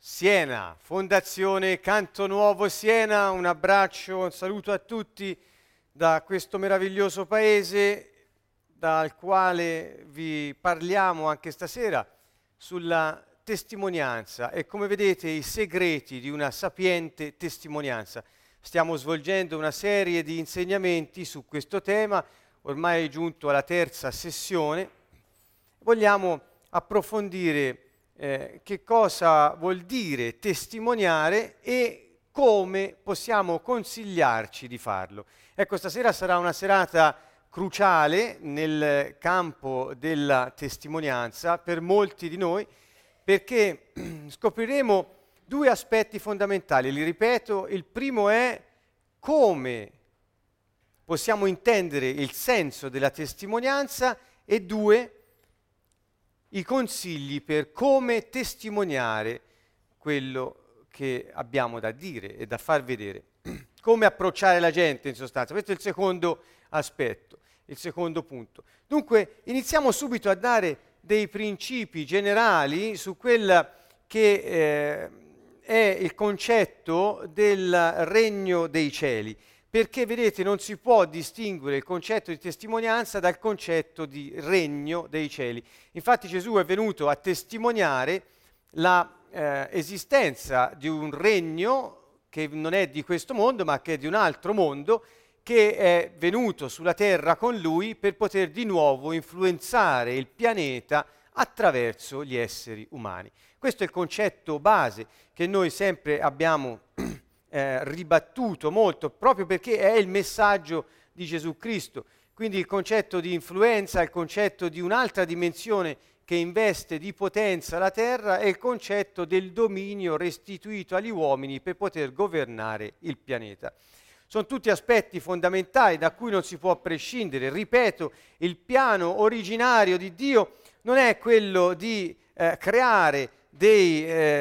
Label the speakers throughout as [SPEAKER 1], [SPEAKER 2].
[SPEAKER 1] Siena, Fondazione Canto Nuovo Siena, un abbraccio, un saluto a tutti da questo meraviglioso paese dal quale vi parliamo anche stasera sulla testimonianza e come vedete i segreti di una sapiente testimonianza. Stiamo svolgendo una serie di insegnamenti su questo tema, ormai è giunto alla terza sessione. Vogliamo approfondire che cosa vuol dire testimoniare e come possiamo consigliarci di farlo. Ecco, stasera sarà una serata cruciale nel campo della testimonianza per molti di noi, perché scopriremo due aspetti fondamentali. Li ripeto, il primo è come possiamo intendere il senso della testimonianza e due, i consigli per come testimoniare quello che abbiamo da dire e da far vedere. Come approcciare la gente in sostanza. Questo è il secondo aspetto, il secondo punto. Dunque iniziamo subito a dare dei principi generali su quella che è il concetto del regno dei cieli. Perché vedete non si può distinguere il concetto di testimonianza dal concetto di regno dei cieli. Infatti Gesù è venuto a testimoniare l'esistenza di un regno che non è di questo mondo ma che è di un altro mondo, che è venuto sulla terra con lui per poter di nuovo influenzare il pianeta attraverso gli esseri umani. Questo è il concetto base che noi sempre abbiamo ribattuto molto, proprio perché è il messaggio di Gesù Cristo. Quindi il concetto di influenza, il concetto di un'altra dimensione che investe di potenza la terra è il concetto del dominio restituito agli uomini per poter governare il pianeta. Sono tutti aspetti fondamentali da cui non si può prescindere. Ripeto, il piano originario di Dio non è quello di creare dei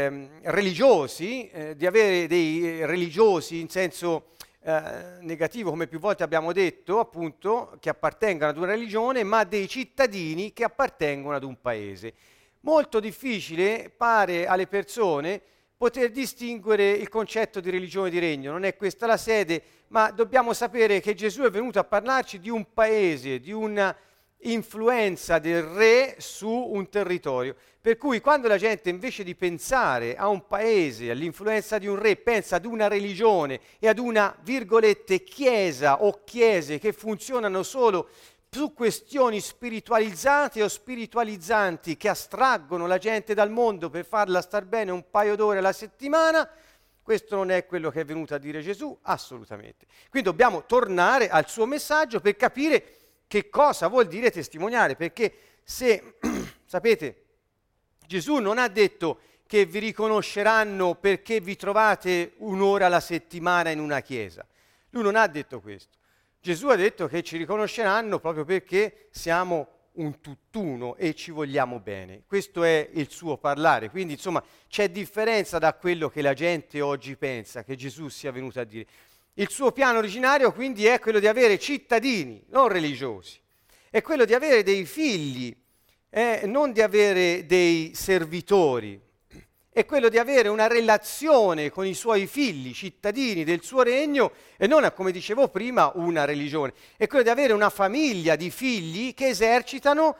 [SPEAKER 1] religiosi, di avere dei religiosi in senso negativo, come più volte abbiamo detto, appunto, che appartengano ad una religione, ma dei cittadini che appartengono ad un paese. Molto difficile pare alle persone poter distinguere il concetto di religione e di regno. Non è questa la sede, ma dobbiamo sapere che Gesù è venuto a parlarci di un paese, di una influenza del re su un territorio. Per cui quando la gente invece di pensare a un paese, all'influenza di un re, pensa ad una religione e ad una, virgolette, chiesa o chiese che funzionano solo su questioni spiritualizzate o spiritualizzanti che astraggono la gente dal mondo per farla star bene un paio d'ore alla settimana, questo non è quello che è venuto a dire Gesù, assolutamente. Quindi dobbiamo tornare al suo messaggio per capire che cosa vuol dire testimoniare, perché se, sapete, Gesù non ha detto che vi riconosceranno perché vi trovate un'ora alla settimana in una chiesa. Lui non ha detto questo. Gesù ha detto che ci riconosceranno proprio perché siamo un tutt'uno e ci vogliamo bene. Questo è il suo parlare. Quindi, insomma, c'è differenza da quello che la gente oggi pensa che Gesù sia venuto a dire. Il suo piano originario, quindi, è quello di avere cittadini, non religiosi. È quello di avere dei figli, non di avere dei servitori, è quello di avere una relazione con i suoi figli, cittadini del suo regno, e non, come dicevo prima, una religione. È quello di avere una famiglia di figli che esercitano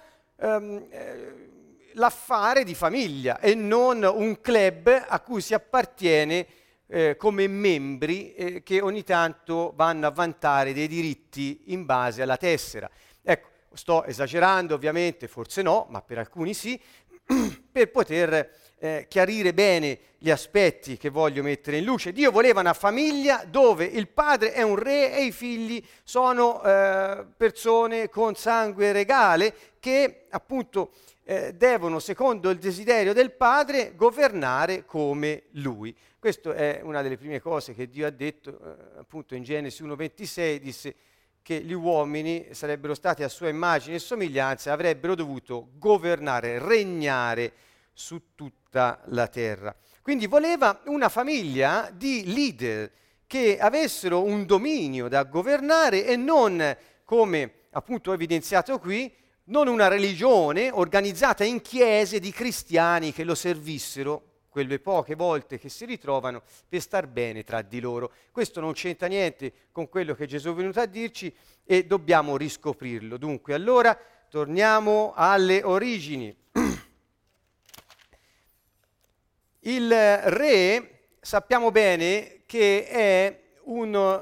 [SPEAKER 1] l'affare di famiglia e non un club a cui si appartiene come membri che ogni tanto vanno a vantare dei diritti in base alla tessera. Ecco, sto esagerando ovviamente, forse no, ma per alcuni sì, per poter chiarire bene gli aspetti che voglio mettere in luce. Dio voleva una famiglia dove il padre è un re e i figli sono persone con sangue regale che appunto devono, secondo il desiderio del padre, governare come lui. Questa è una delle prime cose che Dio ha detto appunto in Genesi 1,26, disse che gli uomini sarebbero stati a sua immagine e somiglianza e avrebbero dovuto governare, regnare su tutta la terra. Quindi voleva una famiglia di leader che avessero un dominio da governare e non, come appunto evidenziato qui, non una religione organizzata in chiese di cristiani che lo servissero. quelle poche volte che si ritrovano, per star bene tra di loro. Questo non c'entra niente con quello che Gesù è venuto a dirci e dobbiamo riscoprirlo. Dunque, allora, torniamo alle origini. Il re, sappiamo bene che è un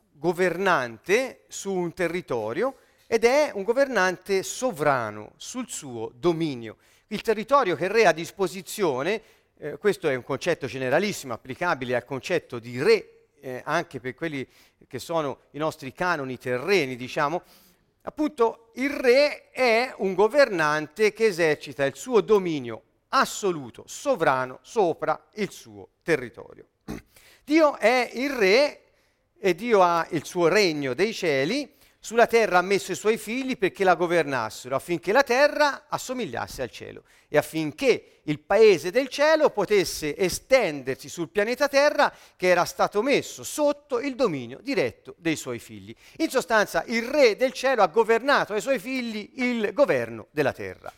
[SPEAKER 1] governante su un territorio ed è un governante sovrano sul suo dominio. Il territorio che il re ha a disposizione, questo è un concetto generalissimo, applicabile al concetto di re, anche per quelli che sono i nostri canoni terreni, diciamo. Appunto, il re è un governante che esercita il suo dominio assoluto, sovrano, sopra il suo territorio. Dio è il re e Dio ha il suo regno dei cieli. Sulla terra ha messo i suoi figli perché la governassero, affinché la terra assomigliasse al cielo e affinché il paese del cielo potesse estendersi sul pianeta Terra che era stato messo sotto il dominio diretto dei suoi figli. In sostanza, il re del cielo ha governato ai suoi figli il governo della terra.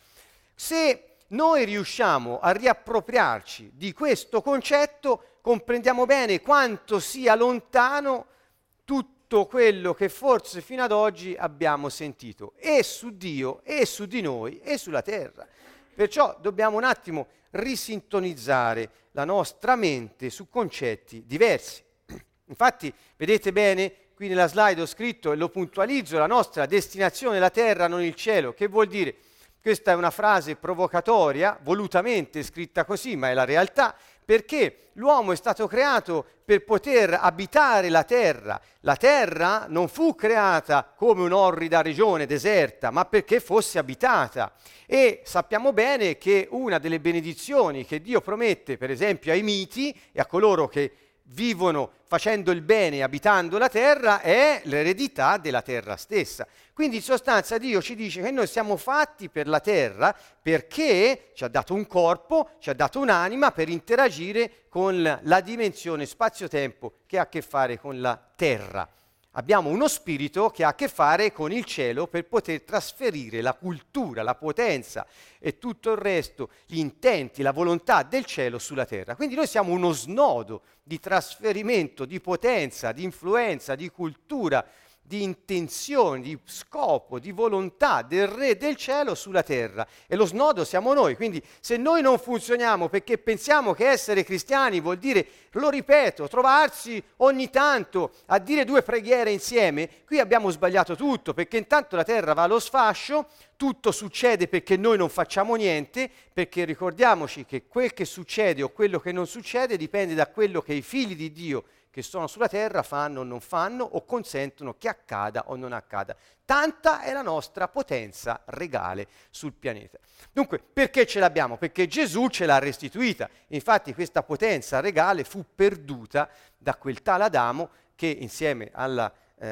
[SPEAKER 1] Se noi riusciamo a riappropriarci di questo concetto, comprendiamo bene quanto sia lontano tutto quello che forse fino ad oggi abbiamo sentito, e su Dio, e su di noi, e sulla terra. Perciò dobbiamo un attimo risintonizzare la nostra mente su concetti diversi. Infatti, vedete bene, qui nella slide ho scritto e lo puntualizzo, la nostra destinazione è la terra, non il cielo. Che vuol dire? Questa è una frase provocatoria, volutamente scritta così, ma è la realtà, perché l'uomo è stato creato per poter abitare la terra. La terra non fu creata come un'orrida regione deserta, ma perché fosse abitata. E sappiamo bene che una delle benedizioni che Dio promette, per esempio, ai miti e a coloro che vivono facendo il bene e abitando la terra, è l'eredità della terra stessa. Quindi in sostanza Dio ci dice che noi siamo fatti per la terra perché ci ha dato un corpo, ci ha dato un'anima per interagire con la dimensione spazio-tempo che ha a che fare con la terra. Abbiamo uno spirito che ha a che fare con il cielo per poter trasferire la cultura, la potenza e tutto il resto, gli intenti, la volontà del cielo sulla terra. Quindi noi siamo uno snodo di trasferimento, di potenza, di influenza, di cultura, di intenzione, di scopo, di volontà del Re del cielo sulla terra. E lo snodo siamo noi. Quindi se noi non funzioniamo perché pensiamo che essere cristiani vuol dire, lo ripeto, trovarsi ogni tanto a dire 2 preghiere insieme, qui abbiamo sbagliato tutto, perché intanto la terra va allo sfascio, tutto succede perché noi non facciamo niente, perché ricordiamoci che quel che succede o quello che non succede dipende da quello che i figli di Dio che sono sulla terra fanno o non fanno o consentono che accada o non accada. Tanta è la nostra potenza regale sul pianeta. Dunque, perché ce l'abbiamo? Perché Gesù ce l'ha restituita. Infatti questa potenza regale fu perduta da quel tal Adamo che insieme alla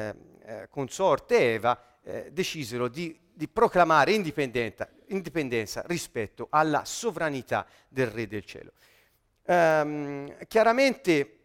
[SPEAKER 1] consorte Eva decisero di proclamare indipendenza rispetto alla sovranità del Re del cielo. Chiaramente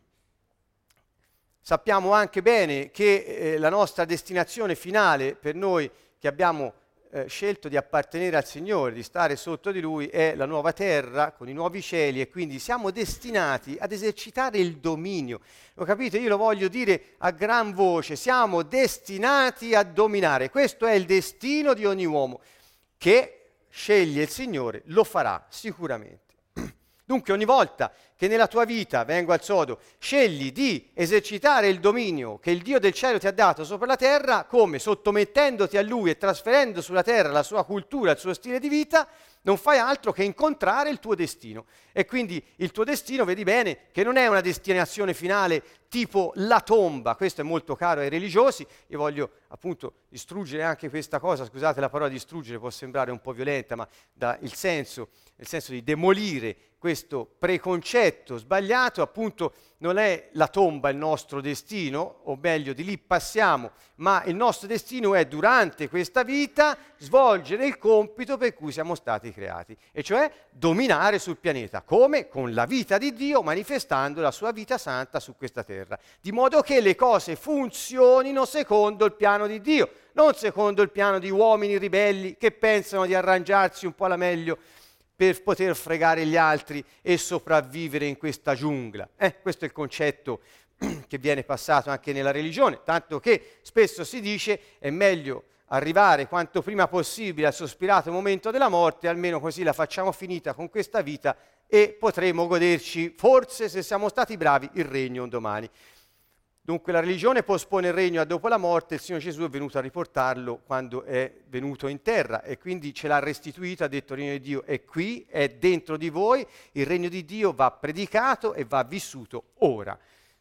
[SPEAKER 1] sappiamo anche bene che la nostra destinazione finale per noi che abbiamo scelto di appartenere al Signore, di stare sotto di Lui, è la nuova terra con i nuovi cieli e quindi siamo destinati ad esercitare il dominio. Lo capite? Io lo voglio dire a gran voce, siamo destinati a dominare. Questo è il destino di ogni uomo che sceglie il Signore, lo farà sicuramente. Dunque ogni volta che nella tua vita, vengo al sodo, scegli di esercitare il dominio che il Dio del cielo ti ha dato sopra la terra, come sottomettendoti a Lui e trasferendo sulla terra la sua cultura, il suo stile di vita, non fai altro che incontrare il tuo destino. E quindi il tuo destino, vedi bene, che non è una destinazione finale tipo la tomba, questo è molto caro ai religiosi, io voglio appunto distruggere anche questa cosa, scusate la parola distruggere può sembrare un po' violenta, ma dà il senso di demolire questo preconcetto sbagliato, appunto non è la tomba il nostro destino, o meglio di lì passiamo, ma il nostro destino è durante questa vita svolgere il compito per cui siamo stati creati, e cioè dominare sul pianeta, come? Con la vita di Dio manifestando la sua vita santa su questa terra, di modo che le cose funzionino secondo il piano di Dio, non secondo il piano di uomini ribelli che pensano di arrangiarsi un po' alla meglio per poter fregare gli altri e sopravvivere in questa giungla. Questo è il concetto che viene passato anche nella religione, tanto che spesso si dice è meglio arrivare quanto prima possibile al sospirato momento della morte, almeno così la facciamo finita con questa vita e potremo goderci, forse se siamo stati bravi, il regno un domani. Dunque la religione pospone il regno a dopo la morte, il Signore Gesù è venuto a riportarlo quando è venuto in terra e quindi ce l'ha restituito, ha detto il regno di Dio è qui, è dentro di voi, il regno di Dio va predicato e va vissuto ora.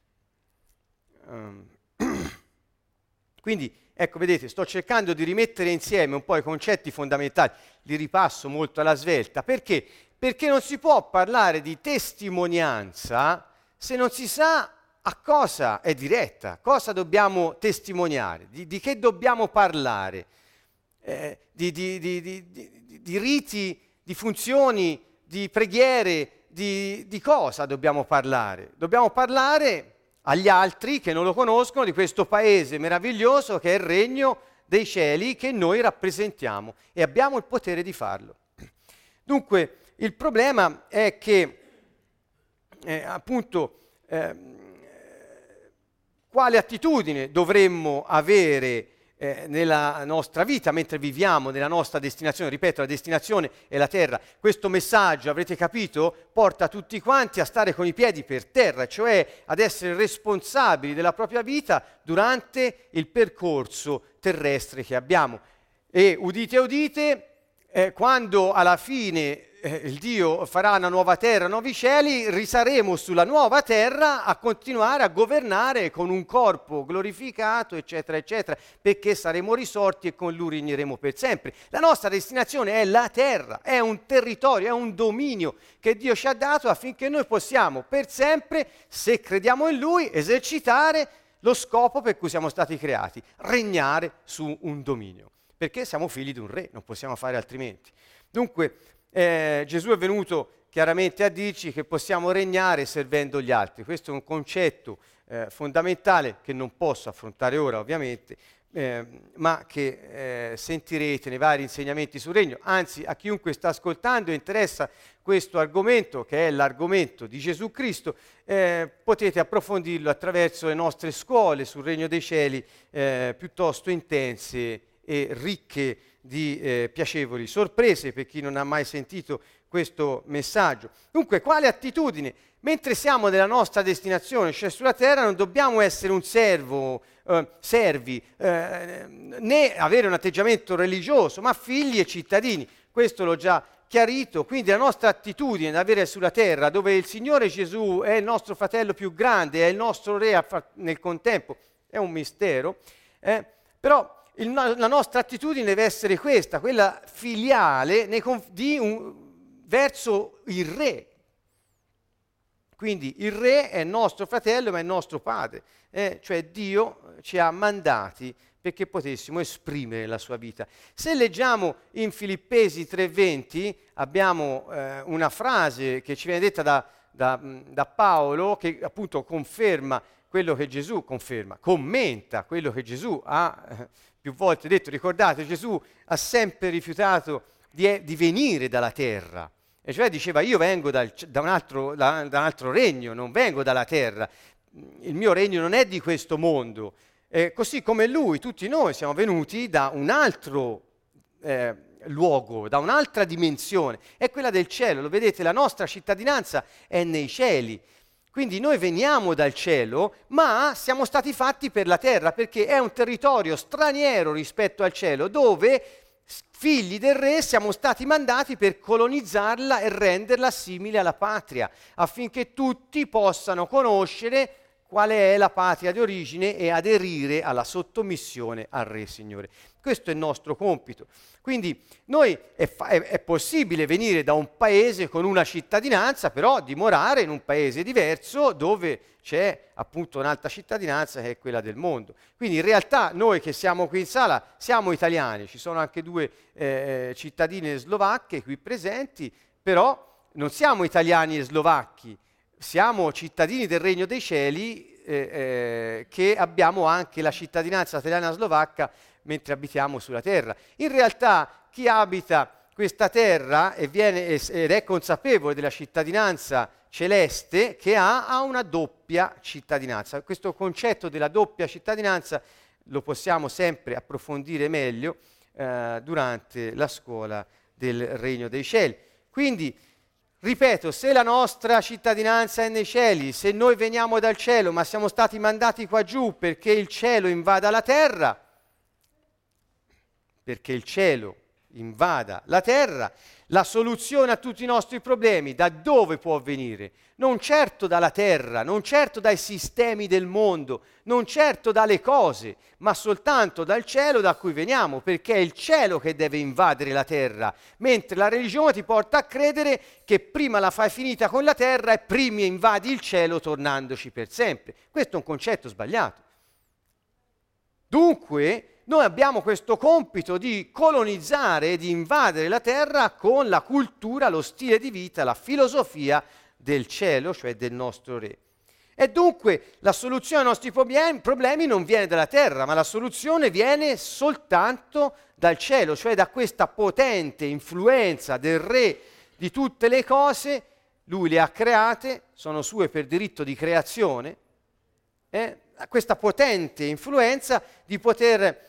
[SPEAKER 1] Quindi, ecco, vedete, sto cercando di rimettere insieme un po' i concetti fondamentali, li ripasso molto alla svelta, perché? Perché non si può parlare di testimonianza se non si sa a cosa è diretta, cosa dobbiamo testimoniare, di che dobbiamo parlare, di riti, di funzioni, di preghiere, di cosa dobbiamo parlare? Dobbiamo parlare agli altri che non lo conoscono di questo paese meraviglioso che è il regno dei cieli che noi rappresentiamo e abbiamo il potere di farlo. Dunque il problema è che quale attitudine dovremmo avere nella nostra vita mentre viviamo nella nostra destinazione. Ripeto, la destinazione è la terra. Questo messaggio, avrete capito, porta tutti quanti a stare con i piedi per terra, cioè ad essere responsabili della propria vita durante il percorso terrestre che abbiamo. E udite, udite, quando alla fine il Dio farà una nuova terra, nuovi cieli, risaremo sulla nuova terra a continuare a governare con un corpo glorificato, eccetera, eccetera, perché saremo risorti e con Lui regneremo per sempre. La nostra destinazione è la terra, è un territorio, è un dominio che Dio ci ha dato affinché noi possiamo per sempre, se crediamo in Lui, esercitare lo scopo per cui siamo stati creati, regnare su un dominio, perché siamo figli di un re, non possiamo fare altrimenti. Dunque, Gesù è venuto chiaramente a dirci che possiamo regnare servendo gli altri. Questo è un concetto fondamentale che non posso affrontare ora ovviamente, ma che sentirete nei vari insegnamenti sul regno. Anzi, a chiunque sta ascoltando e interessa questo argomento, che è l'argomento di Gesù Cristo, potete approfondirlo attraverso le nostre scuole sul regno dei cieli piuttosto intense e ricche di piacevoli sorprese per chi non ha mai sentito questo messaggio. Dunque, quale attitudine? Mentre siamo nella nostra destinazione, cioè sulla terra, non dobbiamo essere un servi, né avere un atteggiamento religioso, ma figli e cittadini. Questo l'ho già chiarito, quindi la nostra attitudine da avere sulla terra, dove il Signore Gesù è il nostro fratello più grande, è il nostro re nel contempo, è un mistero, però la nostra attitudine deve essere questa, quella filiale verso il re. Quindi il re è il nostro fratello ma è il nostro padre, cioè Dio ci ha mandati perché potessimo esprimere la sua vita. Se leggiamo in Filippesi 3:20 abbiamo una frase che ci viene detta da Paolo che appunto conferma quello che Gesù commenta quello che Gesù ha più volte detto. Ricordate, Gesù ha sempre rifiutato di venire dalla terra, e cioè diceva io vengo da un altro regno, non vengo dalla terra, il mio regno non è di questo mondo, così come lui, tutti noi siamo venuti da un altro luogo, da un'altra dimensione, è quella del cielo. Lo vedete, la nostra cittadinanza è nei cieli. Quindi noi veniamo dal cielo, ma siamo stati fatti per la terra, perché è un territorio straniero rispetto al cielo, dove figli del re siamo stati mandati per colonizzarla e renderla simile alla patria, affinché tutti possano conoscere qual è la patria di origine e aderire alla sottomissione al Re Signore. Questo è il nostro compito. Quindi è possibile venire da un paese con una cittadinanza, però dimorare in un paese diverso dove c'è appunto un'altra cittadinanza che è quella del mondo. Quindi in realtà noi che siamo qui in sala siamo italiani, ci sono anche due cittadine slovacche qui presenti, però non siamo italiani e slovacchi, siamo cittadini del Regno dei Cieli che abbiamo anche la cittadinanza italiana slovacca mentre abitiamo sulla terra. In realtà chi abita questa terra ed è consapevole della cittadinanza celeste che ha una doppia cittadinanza. Questo concetto della doppia cittadinanza lo possiamo sempre approfondire meglio durante la scuola del Regno dei Cieli. Quindi, ripeto, se la nostra cittadinanza è nei cieli, se noi veniamo dal cielo ma siamo stati mandati qua giù perché il cielo invada la terra, la soluzione a tutti i nostri problemi da dove può venire? Non certo dalla terra, non certo dai sistemi del mondo, non certo dalle cose, ma soltanto dal cielo da cui veniamo, perché è il cielo che deve invadere la terra, mentre la religione ti porta a credere che prima la fai finita con la terra e prima invadi il cielo tornandoci per sempre. Questo è un concetto sbagliato. Dunque, noi abbiamo questo compito di colonizzare e di invadere la terra con la cultura, lo stile di vita, la filosofia del cielo, cioè del nostro Re. E dunque la soluzione ai nostri problemi non viene dalla terra, ma la soluzione viene soltanto dal cielo, cioè da questa potente influenza del Re di tutte le cose. Lui le ha create, sono sue per diritto di creazione, questa potente influenza di poter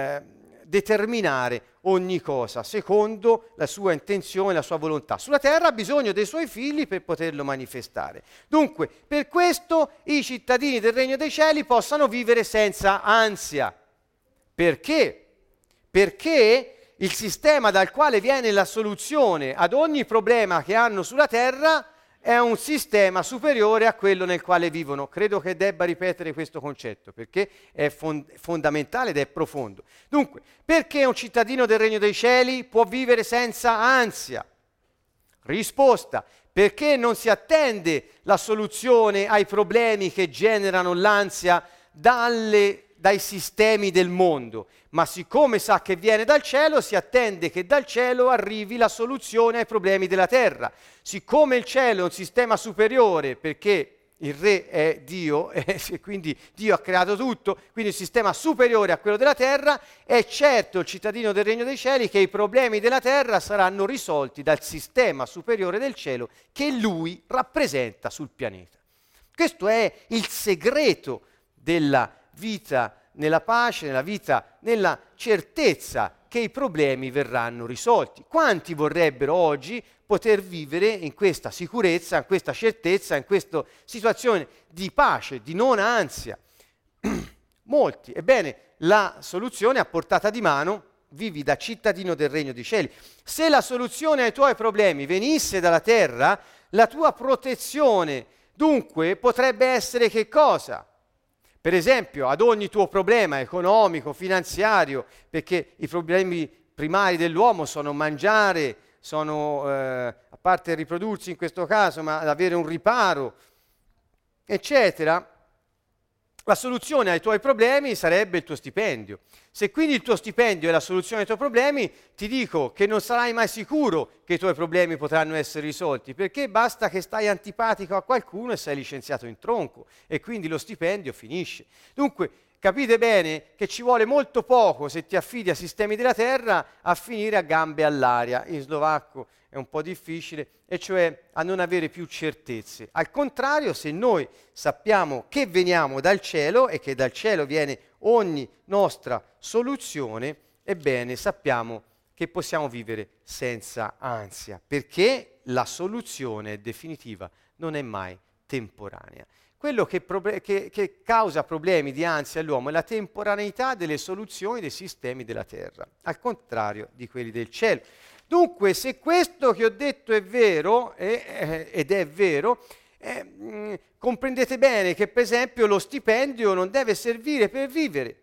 [SPEAKER 1] determinare ogni cosa secondo la sua intenzione, la sua volontà. Sulla terra ha bisogno dei suoi figli per poterlo manifestare. Dunque, per questo i cittadini del Regno dei Cieli possano vivere senza ansia. Perché? Perché il sistema dal quale viene la soluzione ad ogni problema che hanno sulla terra è un sistema superiore a quello nel quale vivono. Credo che debba ripetere questo concetto, perché è fondamentale ed è profondo. Dunque, perché un cittadino del Regno dei Cieli può vivere senza ansia? Risposta: perché non si attende la soluzione ai problemi che generano l'ansia dai sistemi del mondo, ma siccome sa che viene dal cielo, si attende che dal cielo arrivi la soluzione ai problemi della terra. Siccome il cielo è un sistema superiore, perché il Re è Dio, e quindi Dio ha creato tutto, quindi un sistema superiore a quello della terra, è certo il cittadino del Regno dei Cieli che i problemi della terra saranno risolti dal sistema superiore del cielo che lui rappresenta sul pianeta. Questo è il segreto della vita nella pace, nella vita, nella certezza che i problemi verranno risolti. Quanti vorrebbero oggi poter vivere in questa sicurezza, in questa certezza, in questa situazione di pace, di non ansia? Molti. Ebbene, la soluzione a portata di mano: vivi da cittadino del Regno dei Cieli. Se la soluzione ai tuoi problemi venisse dalla terra, la tua protezione dunque potrebbe essere che cosa? Per esempio, ad ogni tuo problema economico, finanziario, perché i problemi primari dell'uomo sono mangiare, sono, a parte riprodursi in questo caso, ma avere un riparo, eccetera, la soluzione ai tuoi problemi sarebbe il tuo stipendio. Se quindi il tuo stipendio è la soluzione ai tuoi problemi, ti dico che non sarai mai sicuro che i tuoi problemi potranno essere risolti, perché basta che stai antipatico a qualcuno e sei licenziato in tronco e quindi lo stipendio finisce. Dunque, capite bene che ci vuole molto poco, se ti affidi a sistemi della terra, a finire a gambe all'aria. In slovacco è un po' difficile, e cioè a non avere più certezze. Al contrario, se noi sappiamo che veniamo dal cielo e che dal cielo viene ogni nostra soluzione, ebbene sappiamo che possiamo vivere senza ansia, perché la soluzione definitiva non è mai temporanea. Quello che causa problemi di ansia all'uomo è la temporaneità delle soluzioni dei sistemi della terra, al contrario di quelli del cielo. Dunque, se questo che ho detto è vero, ed è vero, comprendete bene che per esempio lo stipendio non deve servire per vivere,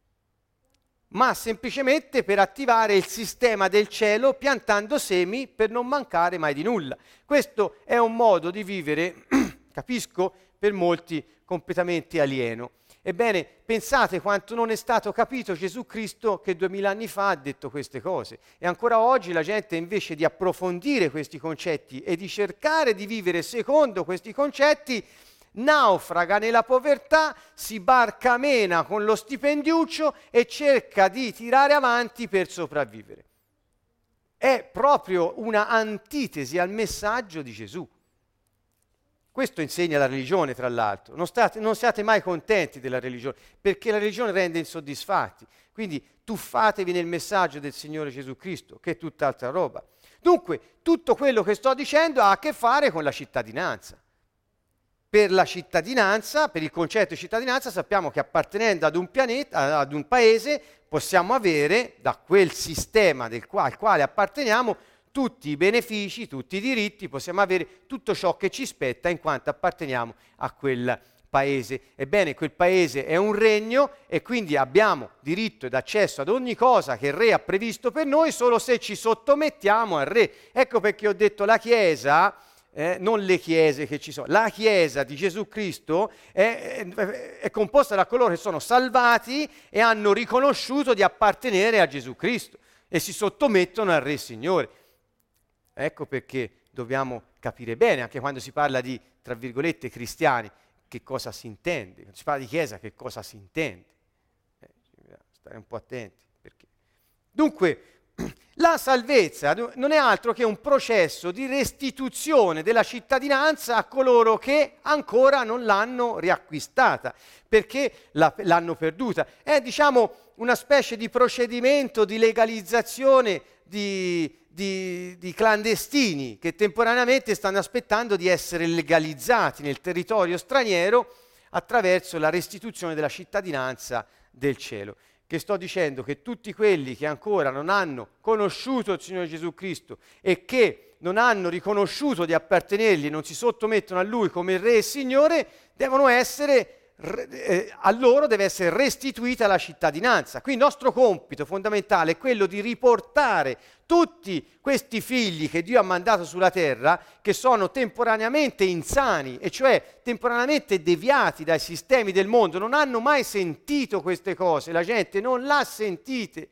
[SPEAKER 1] ma semplicemente per attivare il sistema del cielo piantando semi per non mancare mai di nulla. Questo è un modo di vivere, capisco, per molti completamente alieno. Ebbene, pensate quanto non è stato capito Gesù Cristo che 2000 anni fa ha detto queste cose. E ancora oggi la gente, invece di approfondire questi concetti e di cercare di vivere secondo questi concetti, naufraga nella povertà, si barcamena con lo stipendiuccio e cerca di tirare avanti per sopravvivere. è proprio una antitesi al messaggio di Gesù. Questo insegna la religione, tra l'altro. Non siate mai contenti della religione, perché la religione rende insoddisfatti. Quindi tuffatevi nel messaggio del Signore Gesù Cristo, che è tutt'altra roba. Dunque, tutto quello che sto dicendo ha a che fare con la cittadinanza. Per la cittadinanza, per il concetto di cittadinanza, sappiamo che appartenendo ad un pianeta, ad un paese, possiamo avere, da quel sistema al quale apparteniamo, tutti i benefici, tutti i diritti, possiamo avere tutto ciò che ci spetta in quanto apparteniamo a quel paese. Ebbene, quel paese è un regno e quindi abbiamo diritto ed accesso ad ogni cosa che il re ha previsto per noi solo se ci sottomettiamo al re. Ecco perché ho detto la Chiesa, non le chiese che ci sono, la Chiesa di Gesù Cristo è composta da coloro che sono salvati e hanno riconosciuto di appartenere a Gesù Cristo e si sottomettono al Re Signore. Ecco perché dobbiamo capire bene, anche quando si parla di, tra virgolette, cristiani, che cosa si intende. Quando si parla di Chiesa, che cosa si intende. Stare un po' attenti. Perché. Dunque, la salvezza non è altro che un processo di restituzione della cittadinanza a coloro che ancora non l'hanno riacquistata, perché l'hanno perduta. È, diciamo, una specie di procedimento di legalizzazione di clandestini che temporaneamente stanno aspettando di essere legalizzati nel territorio straniero attraverso la restituzione della cittadinanza del cielo. Che sto dicendo che tutti quelli che ancora non hanno conosciuto il Signore Gesù Cristo e che non hanno riconosciuto di appartenergli e non si sottomettono a Lui come il Re e Signore, devono essere a loro deve essere restituita la cittadinanza. Qui il nostro compito fondamentale è quello di riportare tutti questi figli che Dio ha mandato sulla terra, che sono temporaneamente insani, e cioè temporaneamente deviati dai sistemi del mondo, non hanno mai sentito queste cose, la gente non l'ha sentite.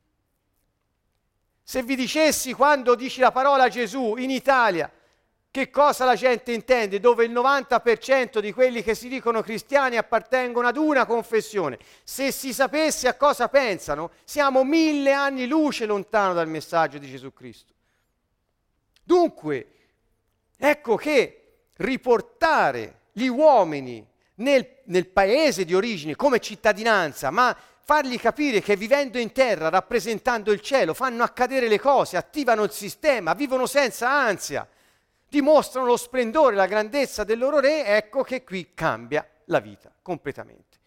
[SPEAKER 1] Se vi dicessi quando dici la parola Gesù in Italia, che cosa la gente intende, dove il 90% di quelli che si dicono cristiani appartengono ad una confessione, se si sapesse a cosa pensano, siamo 1000 anni luce lontano dal messaggio di Gesù Cristo. Dunque, ecco che riportare gli uomini nel paese di origine come cittadinanza, ma fargli capire che vivendo in terra, rappresentando il cielo, fanno accadere le cose, attivano il sistema, vivono senza ansia, dimostrano lo splendore, la grandezza del loro re, ecco che qui cambia la vita completamente.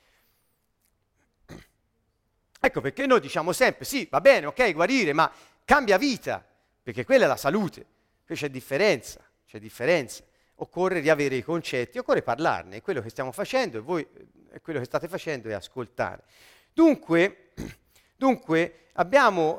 [SPEAKER 1] Ecco perché noi diciamo sempre, sì, va bene, ok, guarire, ma cambia vita, perché quella è la salute. Qui c'è differenza. Occorre riavere i concetti, occorre parlarne, è quello che stiamo facendo e voi quello che state facendo è ascoltare. Dunque abbiamo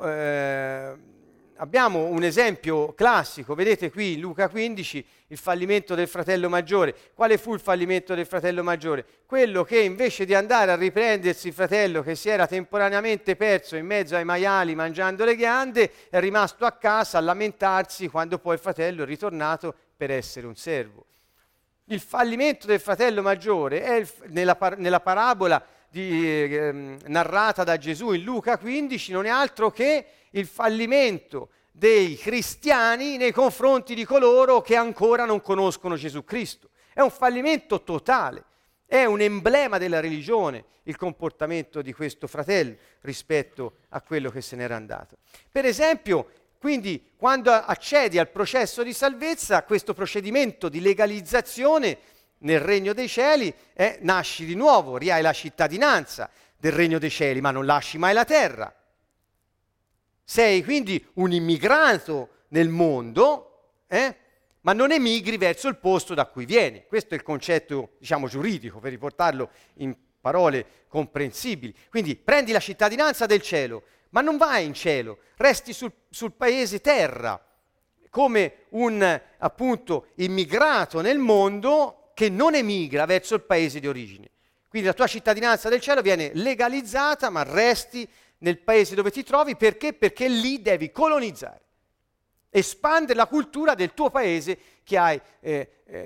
[SPEAKER 1] un esempio classico, vedete qui in Luca 15 il fallimento del fratello maggiore. Quale fu il fallimento del fratello maggiore? Quello che invece di andare a riprendersi il fratello che si era temporaneamente perso in mezzo ai maiali mangiando le ghiande, è rimasto a casa a lamentarsi quando poi il fratello è ritornato per essere un servo. Il fallimento del fratello maggiore è nella parabola narrata da Gesù in Luca 15 non è altro che il fallimento dei cristiani nei confronti di coloro che ancora non conoscono Gesù Cristo. È un fallimento totale, è un emblema della religione il comportamento di questo fratello rispetto a quello che se n'era andato. Per esempio, quindi, quando accedi al processo di salvezza, questo procedimento di legalizzazione nel regno dei cieli, nasci di nuovo, rihai la cittadinanza del regno dei cieli, ma non lasci mai la terra. Sei quindi un immigrato nel mondo, ma non emigri verso il posto da cui vieni. Questo è il concetto, diciamo, giuridico, per riportarlo in parole comprensibili. Quindi prendi la cittadinanza del cielo, ma non vai in cielo, resti sul paese terra, come un, appunto, immigrato nel mondo che non emigra verso il paese di origine. Quindi la tua cittadinanza del cielo viene legalizzata, ma resti nel paese dove ti trovi. Perché? Perché lì devi colonizzare, espandere la cultura del tuo paese che hai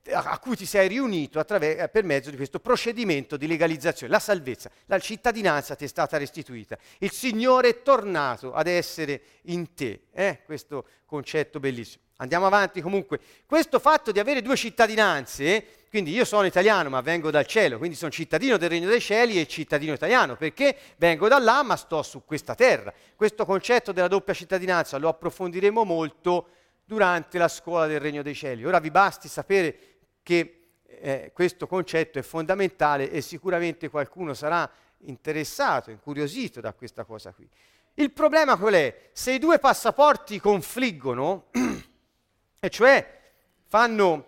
[SPEAKER 1] a cui ti sei riunito per mezzo di questo procedimento di legalizzazione. La salvezza, la cittadinanza ti è stata restituita. Il Signore è tornato ad essere in te. Questo concetto bellissimo. Andiamo avanti comunque. Questo fatto di avere due cittadinanze, quindi io sono italiano ma vengo dal cielo, quindi sono cittadino del Regno dei Cieli e cittadino italiano, perché vengo da là ma sto su questa terra. Questo concetto della doppia cittadinanza lo approfondiremo molto durante la scuola del Regno dei Cieli. Ora vi basti sapere che questo concetto è fondamentale e sicuramente qualcuno sarà interessato, incuriosito da questa cosa qui. Il problema qual è? Se i due passaporti confliggono, e cioè vanno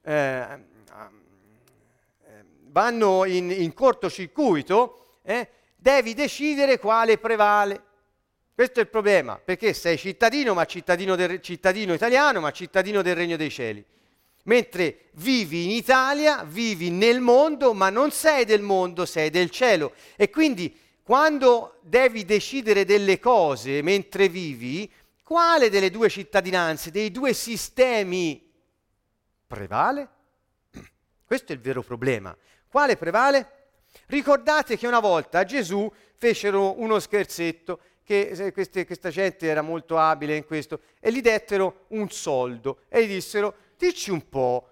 [SPEAKER 1] in cortocircuito, devi decidere quale prevale. Questo è il problema, perché sei cittadino, ma cittadino italiano, ma cittadino del Regno dei Cieli. Mentre vivi in Italia, vivi nel mondo, ma non sei del mondo, sei del cielo. E quindi quando devi decidere delle cose mentre vivi, quale delle due cittadinanze, dei due sistemi prevale? Questo è il vero problema. Quale prevale? Ricordate che una volta a Gesù fecero uno scherzetto, che questa gente era molto abile in questo, e gli dettero un soldo e gli dissero: dici un po',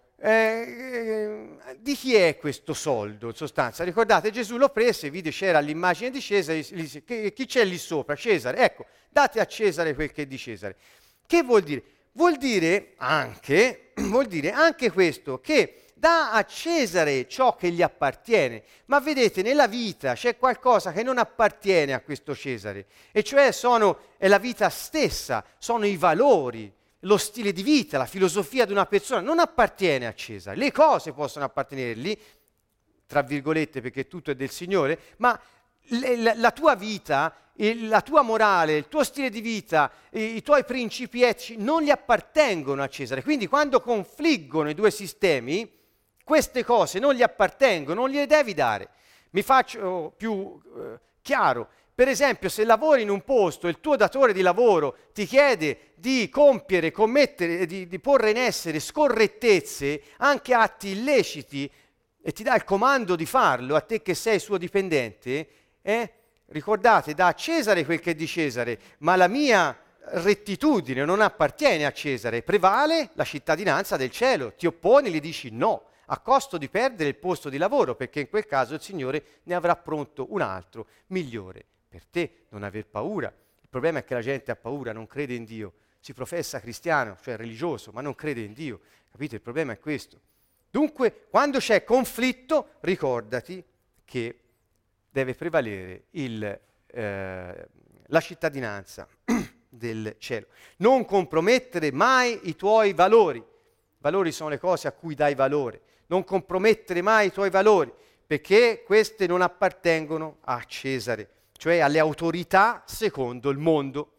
[SPEAKER 1] di chi è questo soldo? In sostanza, ricordate, Gesù lo prese, vide c'era l'immagine di Cesare, gli disse: chi c'è lì sopra? Cesare. Ecco, date a Cesare quel che è di Cesare. Che vuol dire? Vuol dire anche questo, che dà a Cesare ciò che gli appartiene, ma vedete, nella vita c'è qualcosa che non appartiene a questo Cesare, e cioè è la vita stessa, sono i valori, lo stile di vita, la filosofia di una persona, non appartiene a Cesare. Le cose possono appartenergli, tra virgolette, perché tutto è del Signore, ma la tua vita, la tua morale, il tuo stile di vita, i tuoi principi etici non gli appartengono a Cesare. Quindi quando confliggono i due sistemi, queste cose non gli appartengono, non gliele devi dare. Mi faccio più chiaro. Per esempio, se lavori in un posto e il tuo datore di lavoro ti chiede di commettere, di porre in essere scorrettezze, anche atti illeciti, e ti dà il comando di farlo, a te che sei suo dipendente, ricordate, dà a Cesare quel che è di Cesare, ma la mia rettitudine non appartiene a Cesare, prevale la cittadinanza del cielo. Ti opponi, gli dici no, a costo di perdere il posto di lavoro, perché in quel caso il Signore ne avrà pronto un altro migliore per te. Non aver paura. Il problema è che la gente ha paura, non crede in Dio, si professa cristiano, cioè religioso, ma non crede in Dio. Capite? Il problema è questo. Dunque, quando c'è conflitto, ricordati che deve prevalere la cittadinanza del cielo. Non compromettere mai i tuoi valori. Valori sono le cose a cui dai valore. Non compromettere mai i tuoi valori, perché queste non appartengono a Cesare, cioè alle autorità secondo il mondo.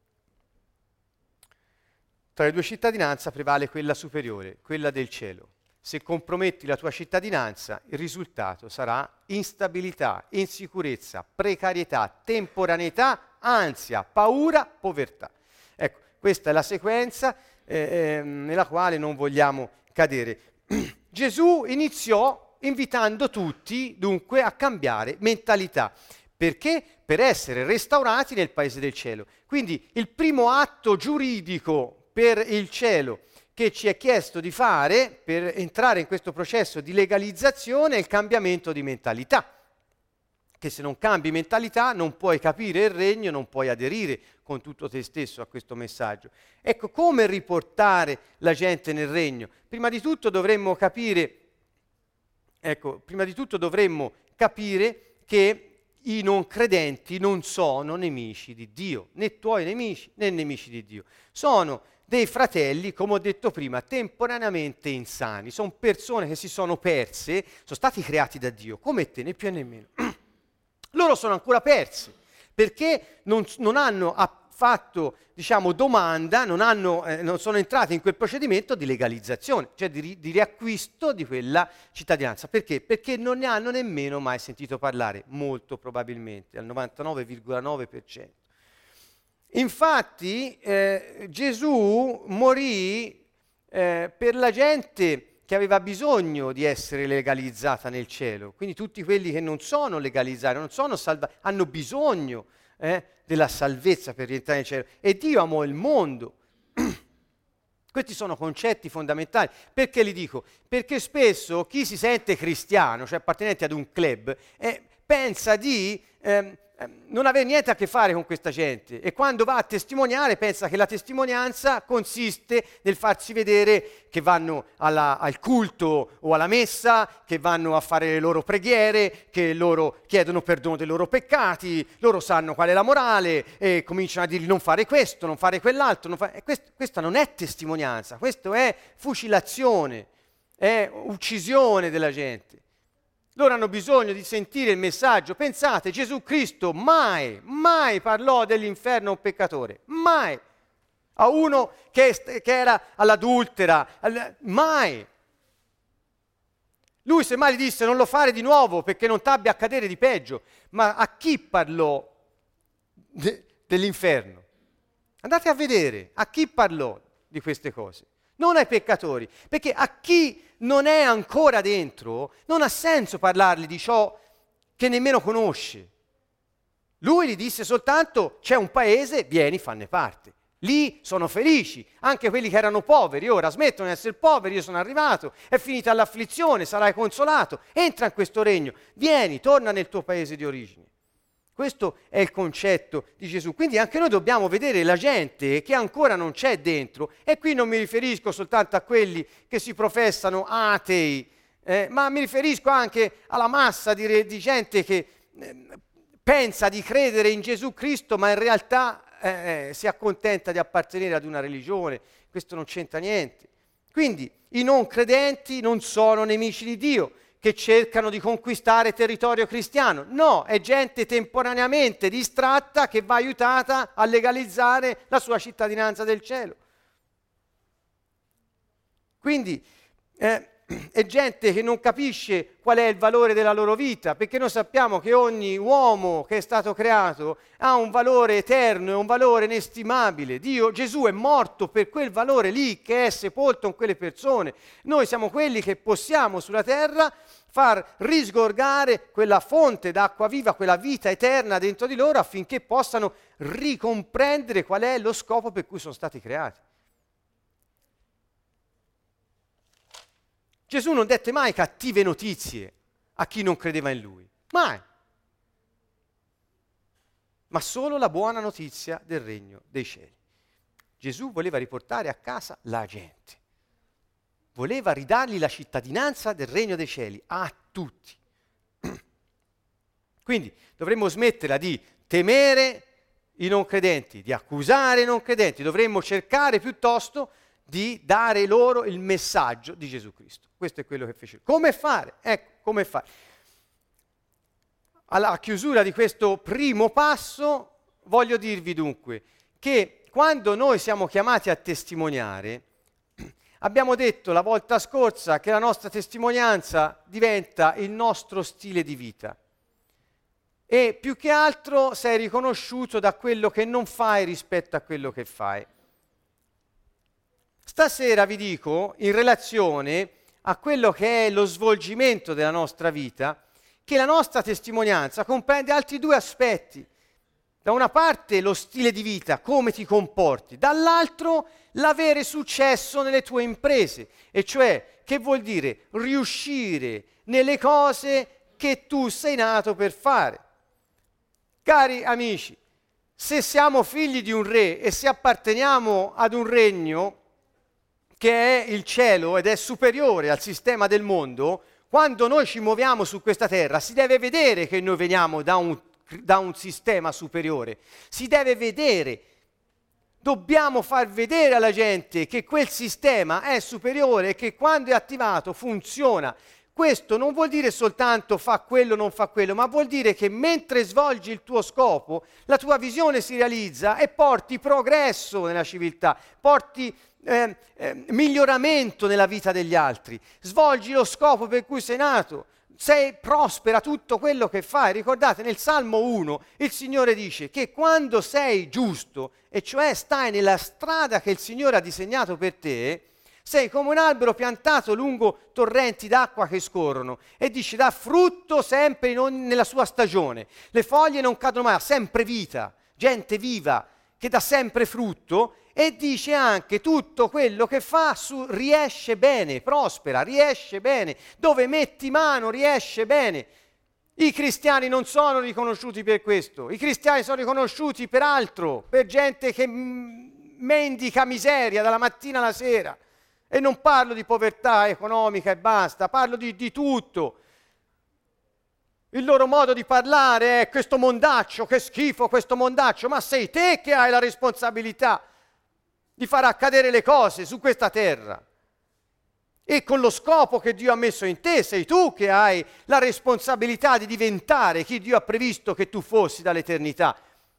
[SPEAKER 1] Tra le due cittadinanze prevale quella superiore, quella del cielo. Se comprometti la tua cittadinanza, il risultato sarà instabilità, insicurezza, precarietà, temporaneità, ansia, paura, povertà. Ecco, questa è la sequenza nella quale non vogliamo cadere. Gesù iniziò invitando tutti, dunque, a cambiare mentalità. Perché? Per essere restaurati nel paese del cielo. Quindi il primo atto giuridico per il cielo che ci è chiesto di fare per entrare in questo processo di legalizzazione è il cambiamento di mentalità. Che se non cambi mentalità non puoi capire il regno, non puoi aderire con tutto te stesso a questo messaggio. Ecco, come riportare la gente nel regno? Prima di tutto dovremmo capire che i non credenti non sono nemici di Dio, né tuoi nemici né nemici di Dio. Sono dei fratelli, come ho detto prima, temporaneamente insani. Sono persone che si sono perse, sono stati creati da Dio, come te, né più né meno. Loro sono ancora persi, perché non hanno fatto, domanda, non sono entrati in quel procedimento di legalizzazione, cioè di riacquisto di quella cittadinanza. Perché? Perché non ne hanno nemmeno mai sentito parlare, molto probabilmente, al 99,9%. Infatti Gesù morì per la gente che aveva bisogno di essere legalizzata nel cielo. Quindi tutti quelli che non sono legalizzati, non sono salvati, hanno bisogno della salvezza per rientrare nel cielo. E Dio amò il mondo. Questi sono concetti fondamentali. Perché li dico? Perché spesso chi si sente cristiano, cioè appartenente ad un club, pensa di non avere niente a che fare con questa gente, e quando va a testimoniare pensa che la testimonianza consiste nel farsi vedere che vanno al culto o alla messa, che vanno a fare le loro preghiere, che loro chiedono perdono dei loro peccati, loro sanno qual è la morale e cominciano a dirgli non fare questo, non fare quell'altro. Questa non è testimonianza, questo è fucilazione, è uccisione della gente. Loro hanno bisogno di sentire il messaggio. Pensate, Gesù Cristo mai parlò dell'inferno a un peccatore, mai. A uno che era all'adultera, mai. Lui semmai gli disse non lo fare di nuovo perché non t'abbia a cadere di peggio. Ma a chi parlò dell'inferno? Andate a vedere a chi parlò di queste cose. Non ai peccatori, perché a chi non è ancora dentro non ha senso parlargli di ciò che nemmeno conosce. Lui gli disse soltanto c'è un paese, vieni, fanne parte. Lì sono felici, anche quelli che erano poveri, ora smettono di essere poveri, io sono arrivato, è finita l'afflizione, sarai consolato, entra in questo regno, vieni, torna nel tuo paese di origine. Questo è il concetto di Gesù. Quindi anche noi dobbiamo vedere la gente che ancora non c'è dentro, e qui non mi riferisco soltanto a quelli che si professano atei, ma mi riferisco anche alla massa di gente che pensa di credere in Gesù Cristo, ma in realtà si accontenta di appartenere ad una religione. Questo non c'entra niente. Quindi i non credenti non sono nemici di Dio, che cercano di conquistare territorio cristiano. No, è gente temporaneamente distratta che va aiutata a legalizzare la sua cittadinanza del cielo. Quindi è gente che non capisce qual è il valore della loro vita, perché noi sappiamo che ogni uomo che è stato creato ha un valore eterno e un valore inestimabile. Gesù è morto per quel valore lì, che è sepolto in quelle persone. Noi siamo quelli che possiamo sulla terra far risgorgare quella fonte d'acqua viva, quella vita eterna dentro di loro, affinché possano ricomprendere qual è lo scopo per cui sono stati creati. Gesù non dette mai cattive notizie a chi non credeva in Lui, mai. Ma solo la buona notizia del regno dei cieli. Gesù voleva riportare a casa la gente. Voleva ridargli la cittadinanza del regno dei cieli a tutti. Quindi dovremmo smetterla di temere i non credenti, di accusare i non credenti, dovremmo cercare piuttosto di dare loro il messaggio di Gesù Cristo. Questo è quello che fece. Come fare? Ecco, come fare. Alla chiusura di questo primo passo voglio dirvi dunque che quando noi siamo chiamati a testimoniare, abbiamo detto la volta scorsa che la nostra testimonianza diventa il nostro stile di vita, e più che altro sei riconosciuto da quello che non fai rispetto a quello che fai. Stasera vi dico, in relazione a quello che è lo svolgimento della nostra vita, che la nostra testimonianza comprende altri due aspetti. Da una parte lo stile di vita, come ti comporti, dall'altro l'avere successo nelle tue imprese, e cioè che vuol dire riuscire nelle cose che tu sei nato per fare. Cari amici, se siamo figli di un re e se apparteniamo ad un regno che è il cielo ed è superiore al sistema del mondo, quando noi ci muoviamo su questa terra si deve vedere che noi veniamo da un sistema superiore, si deve vedere, dobbiamo far vedere alla gente che quel sistema è superiore e che quando è attivato funziona. Questo non vuol dire soltanto fa quello, non fa quello, ma vuol dire che mentre svolgi il tuo scopo, la tua visione si realizza e porti progresso nella civiltà, porti miglioramento nella vita degli altri, svolgi lo scopo per cui sei nato, prospera tutto quello che fai. Ricordate, nel Salmo 1 il Signore dice che quando sei giusto, e cioè stai nella strada che il Signore ha disegnato per te, Sei come un albero piantato lungo torrenti d'acqua che scorrono e dice dà frutto sempre nella sua stagione. Le foglie non cadono mai, ha sempre vita, gente viva che dà sempre frutto, e dice anche tutto quello che fa riesce bene, prospera, riesce bene, dove metti mano riesce bene. I cristiani non sono riconosciuti per questo, i cristiani sono riconosciuti per altro, per gente che mendica miseria dalla mattina alla sera. E non parlo di povertà economica e basta, parlo di tutto. Il loro modo di parlare è questo mondaccio, che schifo questo mondaccio, ma sei te che hai la responsabilità di far accadere le cose su questa terra. E con lo scopo che Dio ha messo in te, sei tu che hai la responsabilità di diventare chi Dio ha previsto che tu fossi dall'eternità.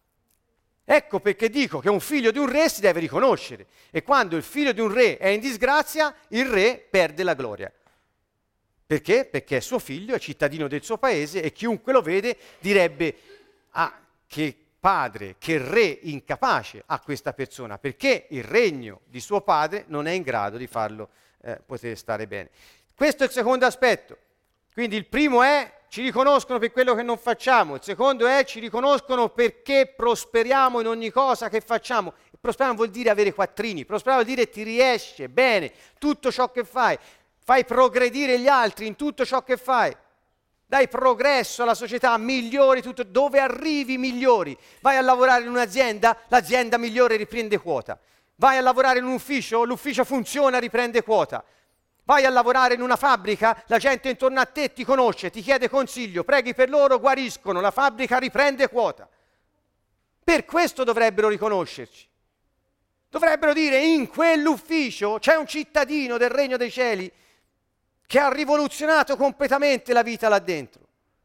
[SPEAKER 1] Ecco perché dico che un figlio di un re si deve riconoscere, e quando il figlio di un re è in disgrazia, il re perde la gloria. Perché? Perché è suo figlio, è cittadino del suo paese, e chiunque lo vede direbbe: ah, che padre, che re incapace ha questa persona, perché il regno di suo padre non è in grado di farlo poter stare bene. Questo è il secondo aspetto. Quindi il primo è ci riconoscono per quello che non facciamo, il secondo è ci riconoscono perché prosperiamo in ogni cosa che facciamo. Prosperare vuol dire avere quattrini, prosperare vuol dire ti riesce bene tutto ciò che fai, fai progredire gli altri in tutto ciò che fai, dai progresso alla società, migliori tutto, dove arrivi migliori. Vai a lavorare in un'azienda, l'azienda migliore riprende quota. Vai a lavorare in un ufficio, l'ufficio funziona, riprende quota. Vai a lavorare in una fabbrica, la gente intorno a te ti conosce, ti chiede consiglio, preghi per loro, guariscono, la fabbrica riprende quota. Per questo dovrebbero riconoscerci. Dovrebbero dire: in quell'ufficio c'è un cittadino del Regno dei Cieli che ha rivoluzionato completamente la vita là dentro.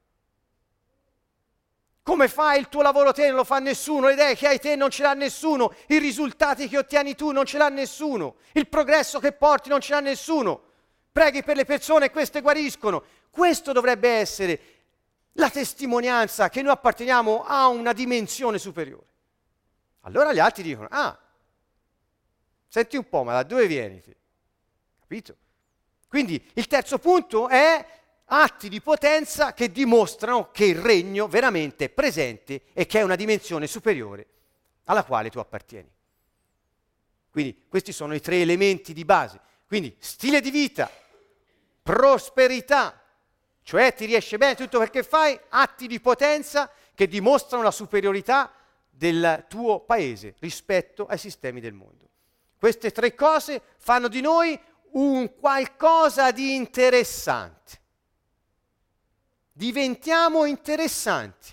[SPEAKER 1] Come fai il tuo lavoro te? Non lo fa nessuno, le idee che hai te non ce l'ha nessuno, i risultati che ottieni tu non ce l'ha nessuno, il progresso che porti non ce l'ha nessuno. Preghi per le persone e queste guariscono. Questo dovrebbe essere la testimonianza che noi apparteniamo a una dimensione superiore. Allora gli altri dicono: ah, senti un po', ma da dove vieni te? Capito? Quindi il terzo punto è atti di potenza che dimostrano che il regno veramente è presente e che è una dimensione superiore alla quale tu appartieni. Quindi questi sono i tre elementi di base. Quindi stile di vita, prosperità, cioè ti riesce bene tutto quel che fai, atti di potenza che dimostrano la superiorità del tuo paese rispetto ai sistemi del mondo. Queste tre cose fanno di noi un qualcosa di interessante. Diventiamo interessanti.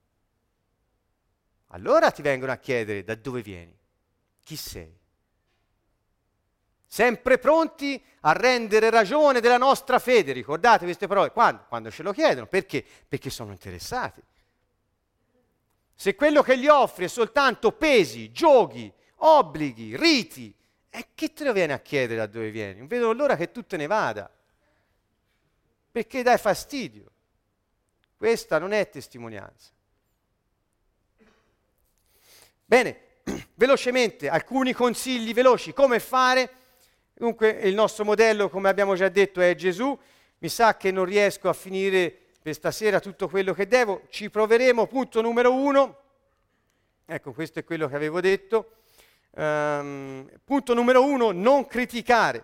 [SPEAKER 1] Allora ti vengono a chiedere: da dove vieni? Chi sei? Sempre pronti a rendere ragione della nostra fede. Ricordate queste parole? Quando ce lo chiedono. Perché? Perché sono interessati. Se quello che gli offri è soltanto pesi, giochi, obblighi, riti, e che te lo viene a chiedere da dove vieni? Non vedo l'ora che tu te ne vada. Perché dai fastidio. Questa non è testimonianza. Bene, velocemente, alcuni consigli veloci. Come fare? Dunque, il nostro modello, come abbiamo già detto, è Gesù. Mi sa che non riesco a finire per stasera tutto quello che devo. Ci proveremo. Punto numero 1. Ecco, questo è quello che avevo detto. Punto numero 1, non criticare.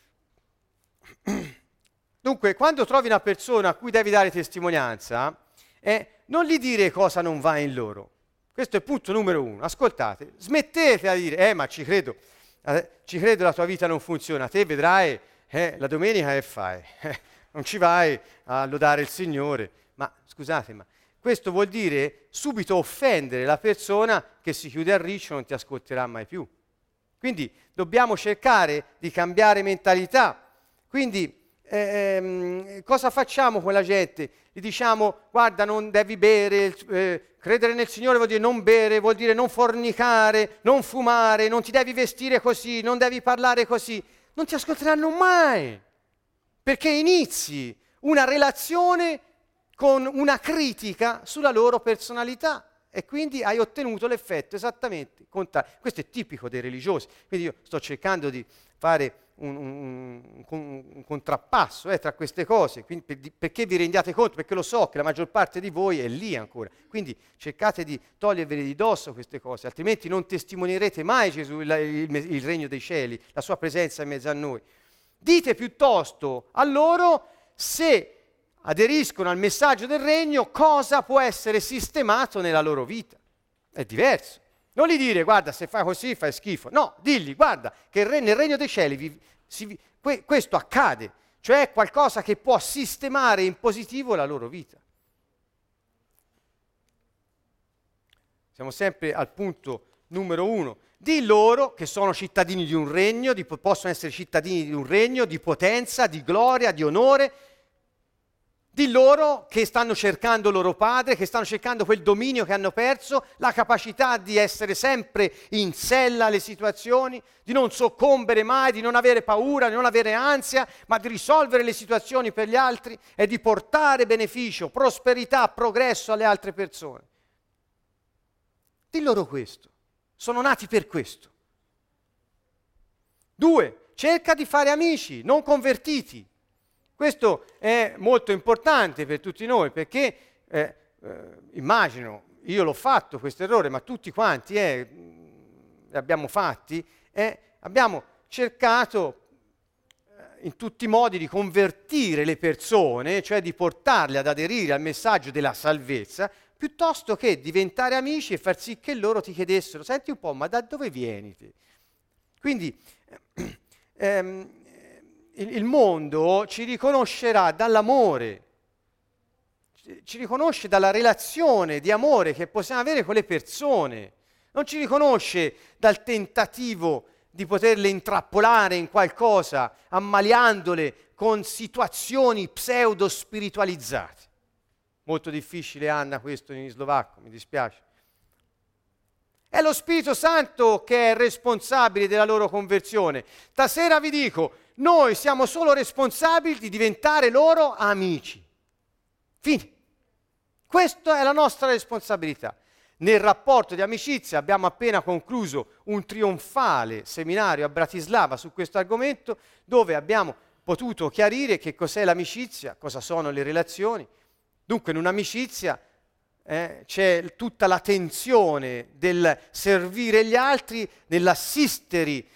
[SPEAKER 1] Dunque, quando trovi una persona a cui devi dare testimonianza, non gli dire cosa non va in loro. Questo è il punto numero 1. Ascoltate, smettete a dire: ma ci credo, la tua vita non funziona, te vedrai, la domenica che fai? Non ci vai a lodare il Signore. Ma scusate, ma questo vuol dire subito offendere la persona che si chiude a riccio e non ti ascolterà mai più. Quindi dobbiamo cercare di cambiare mentalità. Quindi cosa facciamo con la gente? Gli diciamo: guarda, non devi bere, credere nel Signore vuol dire non bere, vuol dire non fornicare, non fumare, non ti devi vestire così, non devi parlare così. Non ti ascolteranno mai, perché inizi una relazione con una critica sulla loro personalità e quindi hai ottenuto l'effetto esattamente contrario. Questo è tipico dei religiosi, quindi io sto cercando di fare un contrappasso tra queste cose, quindi perché vi rendiate conto, perché lo so che la maggior parte di voi è lì ancora, quindi cercate di toglierveli di dosso queste cose, altrimenti non testimonierete mai Gesù, il regno dei cieli, la sua presenza in mezzo a noi. Dite piuttosto a loro, se aderiscono al messaggio del regno, cosa può essere sistemato nella loro vita. È diverso. Non gli dire, guarda, se fai così fai schifo. No, digli, guarda, che nel regno dei cieli questo accade, cioè è qualcosa che può sistemare in positivo la loro vita. Siamo sempre al punto numero 1. Di loro che sono cittadini di un regno, possono essere cittadini di un regno di potenza, di gloria, di onore. Di loro che stanno cercando il loro padre, che stanno cercando quel dominio che hanno perso, la capacità di essere sempre in sella alle situazioni, di non soccombere mai, di non avere paura, di non avere ansia, ma di risolvere le situazioni per gli altri e di portare beneficio, prosperità, progresso alle altre persone. Di loro questo. Sono nati per questo. 2. Cerca di fare amici, non convertiti. Questo è molto importante per tutti noi perché, immagino, io l'ho fatto questo errore, ma tutti quanti abbiamo fatti, abbiamo cercato in tutti i modi di convertire le persone, cioè di portarle ad aderire al messaggio della salvezza, piuttosto che diventare amici e far sì che loro ti chiedessero, senti un po', ma da dove vieni te? Quindi il mondo ci riconoscerà dall'amore, ci riconosce dalla relazione di amore che possiamo avere con le persone, non ci riconosce dal tentativo di poterle intrappolare in qualcosa, ammaliandole con situazioni pseudo-spiritualizzate. Molto difficile, Anna, questo in slovacco, mi dispiace. È lo Spirito Santo che è responsabile della loro conversione. Stasera vi dico, noi siamo solo responsabili di diventare loro amici. Fine. Questa è la nostra responsabilità. Nel rapporto di amicizia abbiamo appena concluso un trionfale seminario a Bratislava su questo argomento, dove abbiamo potuto chiarire che cos'è l'amicizia, cosa sono le relazioni. Dunque in un'amicizia c'è tutta la tensione del servire gli altri, nell'assistere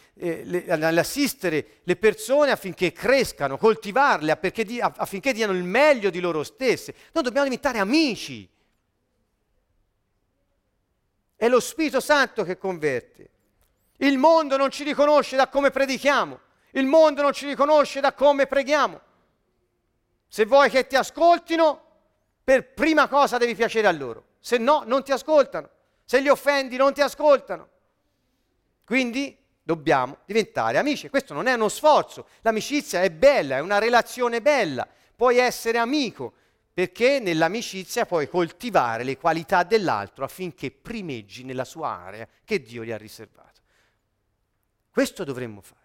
[SPEAKER 1] le persone affinché crescano, coltivarle affinché diano il meglio di loro stesse. Noi dobbiamo diventare amici. È lo Spirito Santo che converte. Il mondo non ci riconosce da come predichiamo, il mondo non ci riconosce da come preghiamo. Se vuoi che ti ascoltino, per prima cosa devi piacere a loro, se no non ti ascoltano, se li offendi non ti ascoltano. Quindi dobbiamo diventare amici. Questo non è uno sforzo, l'amicizia è bella, è una relazione bella, puoi essere amico, perché nell'amicizia puoi coltivare le qualità dell'altro affinché primeggi nella sua area che Dio gli ha riservato. Questo dovremmo fare.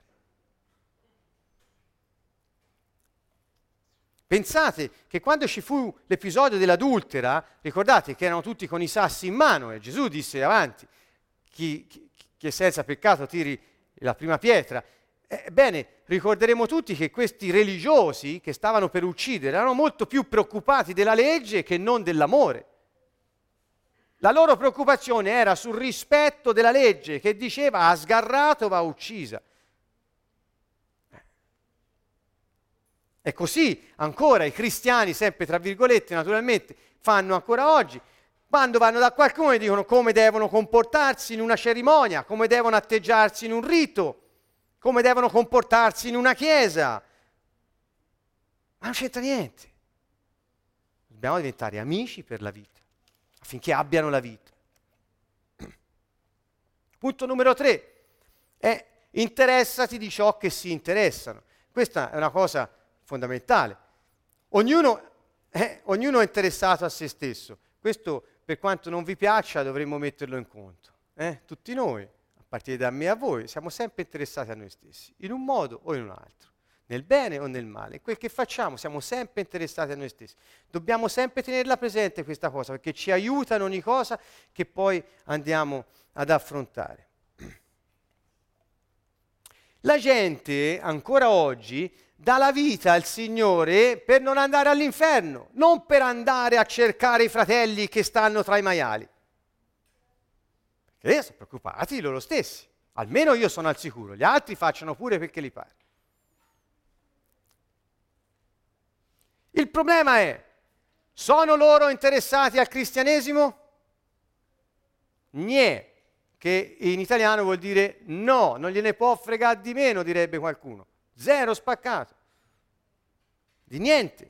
[SPEAKER 1] Pensate che quando ci fu l'episodio dell'adultera, ricordate che erano tutti con i sassi in mano e Gesù disse avanti, chi è senza peccato tiri la prima pietra. Ebbene, ricorderemo tutti che questi religiosi che stavano per uccidere erano molto più preoccupati della legge che non dell'amore. La loro preoccupazione era sul rispetto della legge che diceva ha sgarrato va uccisa. E così ancora i cristiani, sempre tra virgolette naturalmente, fanno ancora oggi. Quando vanno da qualcuno e dicono come devono comportarsi in una cerimonia, come devono atteggiarsi in un rito, come devono comportarsi in una chiesa. Ma non c'entra niente. Dobbiamo diventare amici per la vita, affinché abbiano la vita. Punto numero 3 è interessati di ciò che si interessano. Questa è una cosa fondamentale. Ognuno è interessato a se stesso. Questo, per quanto non vi piaccia, dovremmo metterlo in conto. Tutti noi, a partire da me a voi, siamo sempre interessati a noi stessi, in un modo o in un altro, nel bene o nel male. Quel che facciamo, siamo sempre interessati a noi stessi. Dobbiamo sempre tenerla presente questa cosa, perché ci aiuta in ogni cosa che poi andiamo ad affrontare. La gente, ancora oggi, dà la vita al Signore per non andare all'inferno, non per andare a cercare i fratelli che stanno tra i maiali. Perché sono preoccupati loro stessi. Almeno io sono al sicuro, gli altri facciano pure perché li pare. Il problema è, sono loro interessati al cristianesimo? Niente. Che in italiano vuol dire no, non gliene può fregare di meno, direbbe qualcuno. Zero spaccato. Di niente.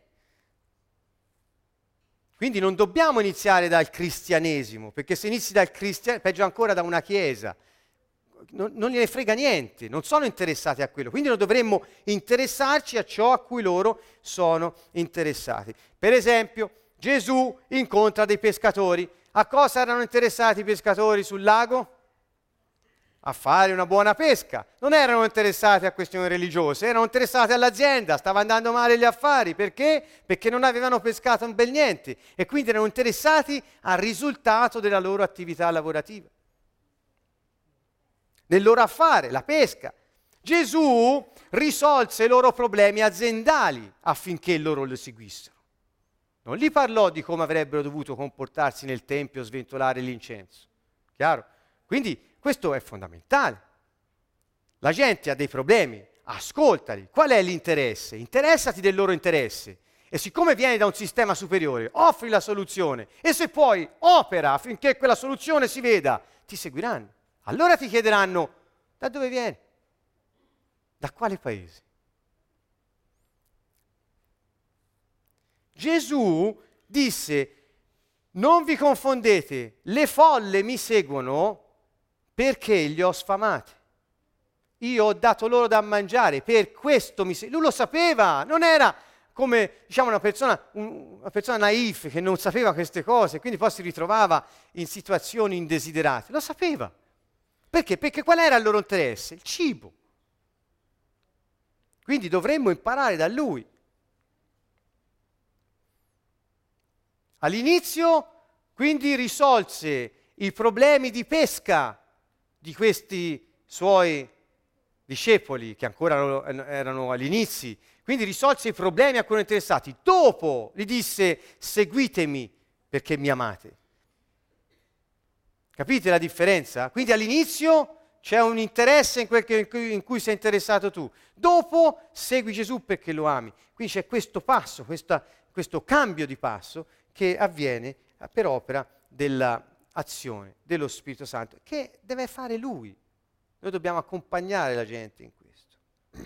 [SPEAKER 1] Quindi non dobbiamo iniziare dal cristianesimo, perché se inizi dal cristianesimo, peggio ancora da una chiesa, non gliene frega niente, non sono interessati a quello. Quindi non dovremmo interessarci a ciò a cui loro sono interessati. Per esempio, Gesù incontra dei pescatori. A cosa erano interessati i pescatori sul lago? A fare una buona pesca. Non erano interessati a questioni religiose, erano interessati all'azienda, stava andando male gli affari. Perché? Perché non avevano pescato un bel niente e quindi erano interessati al risultato della loro attività lavorativa, del loro affare, la pesca. Gesù risolse i loro problemi aziendali affinché loro lo seguissero. Non gli parlò di come avrebbero dovuto comportarsi nel tempio, sventolare l'incenso. Chiaro? Quindi questo è fondamentale. La gente ha dei problemi, ascoltali. Qual è l'interesse? Interessati del loro interesse. E siccome vieni da un sistema superiore, offri la soluzione e se poi opera affinché quella soluzione si veda, ti seguiranno. Allora ti chiederanno, da dove vieni? Da quale paese? Gesù disse, non vi confondete, le folle mi seguono perché li ho sfamati. Io ho dato loro da mangiare, per questo mi seguono. Lui lo sapeva, non era come diciamo una persona naif che non sapeva queste cose, quindi poi si ritrovava in situazioni indesiderate. Lo sapeva. Perché? Perché qual era il loro interesse? Il cibo. Quindi dovremmo imparare da lui. All'inizio, quindi, risolse i problemi di pesca di questi suoi discepoli, che ancora erano agli inizi. Quindi risolse i problemi a cui erano interessati. Dopo gli disse, seguitemi perché mi amate. Capite la differenza? Quindi all'inizio c'è un interesse in cui sei interessato tu. Dopo segui Gesù perché lo ami. Quindi c'è questo passo, questo cambio di passo che avviene per opera dell'azione dello Spirito Santo, che deve fare Lui. Noi dobbiamo accompagnare la gente in questo.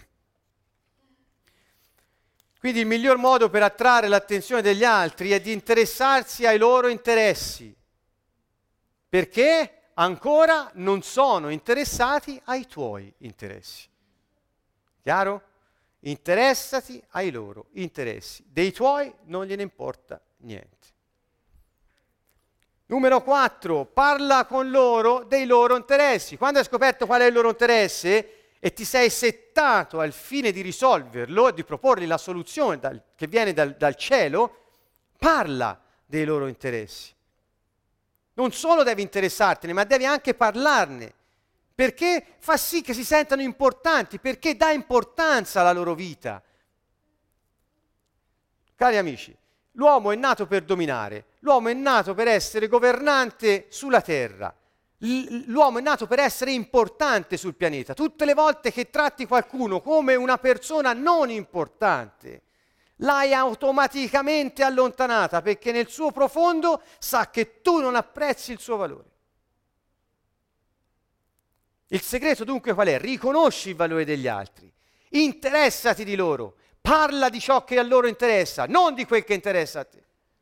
[SPEAKER 1] Quindi il miglior modo per attrarre l'attenzione degli altri è di interessarsi ai loro interessi, perché ancora non sono interessati ai tuoi interessi. Chiaro? Interessati ai loro interessi. Dei tuoi non gliene importa niente. Numero 4, parla con loro dei loro interessi. Quando hai scoperto qual è il loro interesse e ti sei settato al fine di risolverlo, di proporgli la soluzione che viene dal cielo, parla dei loro interessi. Non solo devi interessartene, ma devi anche parlarne, perché fa sì che si sentano importanti, perché dà importanza alla loro vita. Cari amici, l'uomo è nato per dominare, l'uomo è nato per essere governante sulla terra, l'uomo è nato per essere importante sul pianeta. Tutte le volte che tratti qualcuno come una persona non importante, l'hai automaticamente allontanata, perché nel suo profondo sa che tu non apprezzi il suo valore. Il segreto dunque qual è? Riconosci il valore degli altri, interessati di loro, parla di ciò che a loro interessa, non di quel che interessa a te.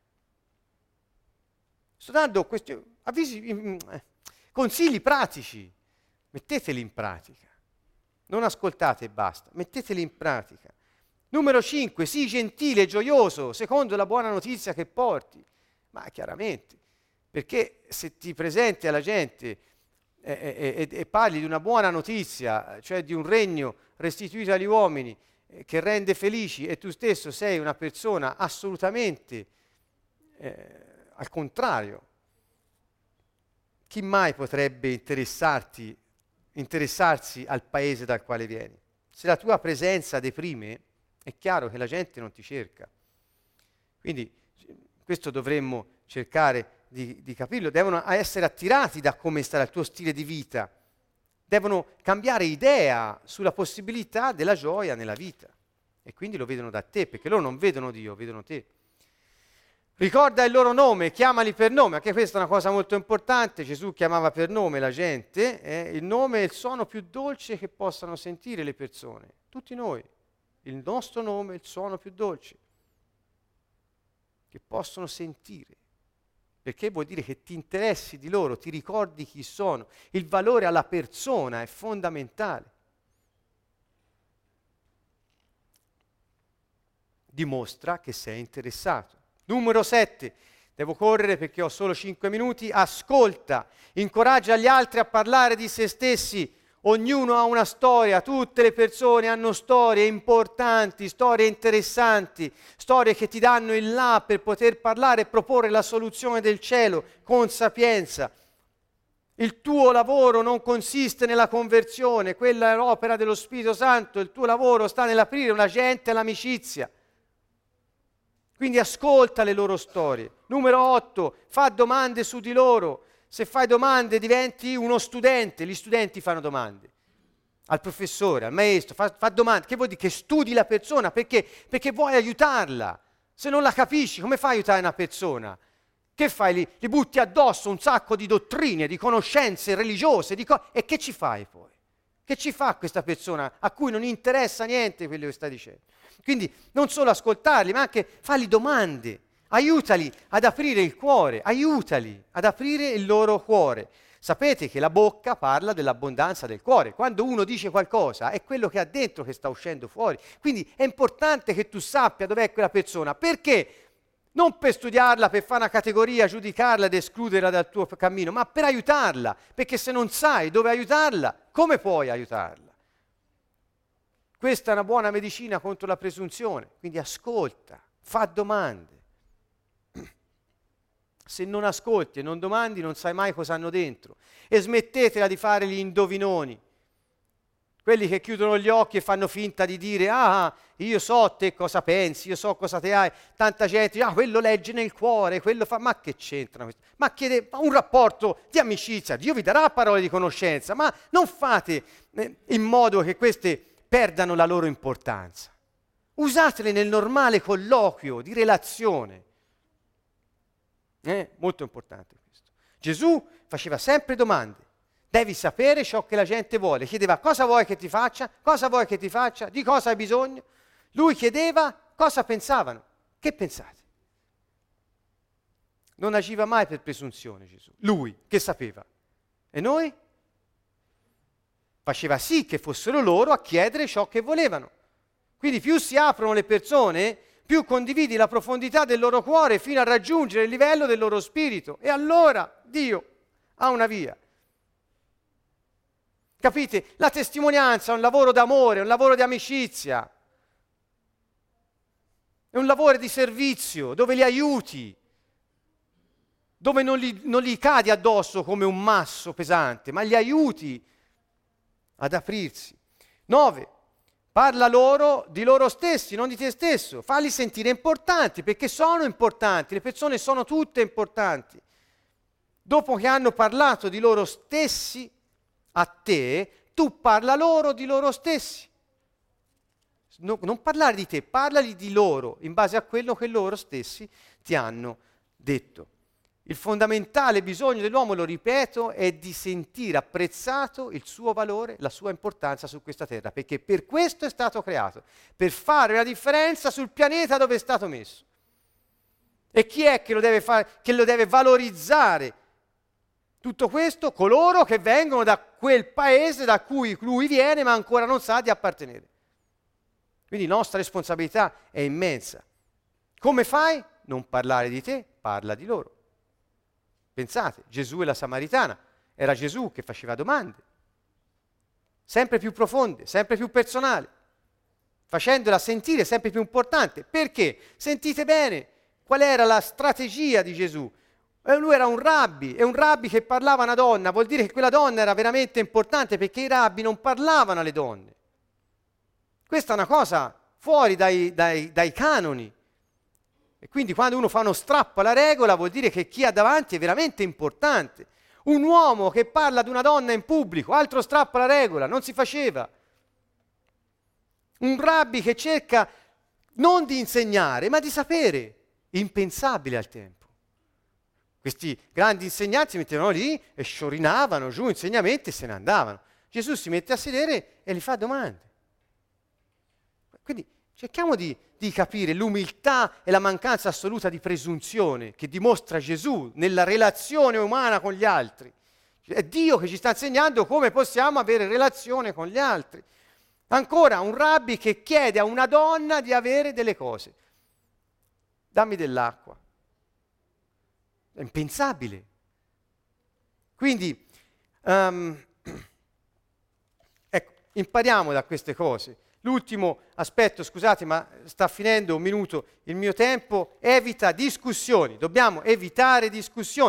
[SPEAKER 1] Sto dando questi consigli pratici, metteteli in pratica, non ascoltate e basta, metteteli in pratica. Numero 5, sii gentile e gioioso, secondo la buona notizia che porti. Ma chiaramente, perché se ti presenti alla gente e parli di una buona notizia, cioè di un regno restituito agli uomini, che rende felici, e tu stesso sei una persona assolutamente al contrario, chi mai potrebbe interessarti interessarsi al paese dal quale vieni. Se la tua presenza deprime, è chiaro che la gente non ti cerca. Quindi questo dovremmo cercare di capirlo. Devono essere attirati da come sta il tuo stile di vita. Devono cambiare idea sulla possibilità della gioia nella vita. E quindi lo vedono da te, perché loro non vedono Dio, vedono te. Ricorda il loro nome, chiamali per nome, anche questa è una cosa molto importante. Gesù chiamava per nome la gente, il nome è il suono più dolce che possano sentire le persone, tutti noi. Il nostro nome è il suono più dolce che possono sentire, perché vuol dire che ti interessi di loro, ti ricordi chi sono. Il valore alla persona è fondamentale. Dimostra che sei interessato. Numero 7, devo correre perché ho solo 5 minuti, ascolta, incoraggia gli altri a parlare di se stessi. Ognuno ha una storia, tutte le persone hanno storie importanti, storie interessanti, storie che ti danno il là per poter parlare e proporre la soluzione del cielo con sapienza. Il tuo lavoro non consiste nella conversione, quella è l'opera dello Spirito Santo, il tuo lavoro sta nell'aprire una gente all'amicizia. Quindi ascolta le loro storie. Numero 8, fa domande su di loro. Se fai domande diventi uno studente, gli studenti fanno domande al professore, al maestro, fa domande. Che vuol dire? Che studi la persona, perché vuoi aiutarla. Se non la capisci, come fai a aiutare una persona? Che fai? Gli butti addosso un sacco di dottrine, di conoscenze religiose, e che ci fai poi? Che ci fa questa persona a cui non interessa niente quello che sta dicendo? Quindi non solo ascoltarli, ma anche fargli domande, aiutali ad aprire il cuore, aiutali ad aprire il loro cuore. Sapete che la bocca parla dell'abbondanza del cuore. Quando uno dice qualcosa è quello che ha dentro che sta uscendo fuori. Quindi è importante che tu sappia dov'è quella persona. Perché? Non per studiarla, per fare una categoria, giudicarla ed escluderla dal tuo cammino, ma per aiutarla. Perché se non sai dove aiutarla, come puoi aiutarla? Questa è una buona medicina contro la presunzione, quindi ascolta, fa domande. Se non ascolti e non domandi non sai mai cosa hanno dentro. E smettetela di fare gli indovinoni, quelli che chiudono gli occhi e fanno finta di dire io so te cosa pensi, io so cosa te hai. Tanta gente dice quello legge nel cuore, quello fa, ma che c'entra questo? Ma chiede un rapporto di amicizia, Dio vi darà parole di conoscenza, ma non fate in modo che queste perdano la loro importanza. Usatele nel normale colloquio di relazione. Molto importante questo. Gesù faceva sempre domande. Devi sapere ciò che la gente vuole. Chiedeva cosa vuoi che ti faccia? Cosa vuoi che ti faccia? Di cosa hai bisogno? Lui chiedeva cosa pensavano. Che pensate? Non agiva mai per presunzione Gesù. Lui che sapeva. E noi? Faceva sì che fossero loro a chiedere ciò che volevano. Quindi più si aprono le persone, più condividi la profondità del loro cuore fino a raggiungere il livello del loro spirito. E allora Dio ha una via. Capite? La testimonianza è un lavoro d'amore, è un lavoro di amicizia, è un lavoro di servizio, dove li aiuti, dove non li cadi addosso come un masso pesante, ma li aiuti ad aprirsi. 9. Parla loro di loro stessi, non di te stesso. Falli sentire importanti, perché sono importanti. Le persone sono tutte importanti. Dopo che hanno parlato di loro stessi a te, tu parla loro di loro stessi. Non parlare di te, parlagli di loro, in base a quello che loro stessi ti hanno detto. Il fondamentale bisogno dell'uomo, lo ripeto, è di sentire apprezzato il suo valore, la sua importanza su questa terra, perché per questo è stato creato, per fare una differenza sul pianeta dove è stato messo. E chi è che lo deve fare, che lo deve valorizzare? Tutto questo coloro che vengono da quel paese da cui lui viene, ma ancora non sa di appartenere. Quindi la nostra responsabilità è immensa. Come fai? Non parlare di te, parla di loro. Pensate, Gesù e la Samaritana, era Gesù che faceva domande, sempre più profonde, sempre più personali, facendola sentire sempre più importante. Perché? Sentite bene, qual era la strategia di Gesù? E lui era un rabbi, e un rabbi che parlava a una donna, vuol dire che quella donna era veramente importante perché i rabbi non parlavano alle donne. Questa è una cosa fuori dai canoni. E quindi quando uno fa uno strappo alla regola vuol dire che chi ha davanti è veramente importante. Un uomo che parla ad una donna in pubblico, altro strappo alla regola, non si faceva. Un rabbi che cerca non di insegnare, ma di sapere, impensabile al tempo. Questi grandi insegnanti si mettevano lì e sciorinavano giù insegnamenti e se ne andavano. Gesù si mette a sedere e gli fa domande. Quindi cerchiamo di capire l'umiltà e la mancanza assoluta di presunzione che dimostra Gesù nella relazione umana con gli altri. È Dio che ci sta insegnando come possiamo avere relazione con gli altri. Ancora un rabbi che chiede a una donna di avere delle cose. Dammi dell'acqua. È impensabile. Quindi, ecco, impariamo da queste cose. L'ultimo aspetto, scusate, ma sta finendo un minuto il mio tempo, evita discussioni. Dobbiamo evitare discussioni.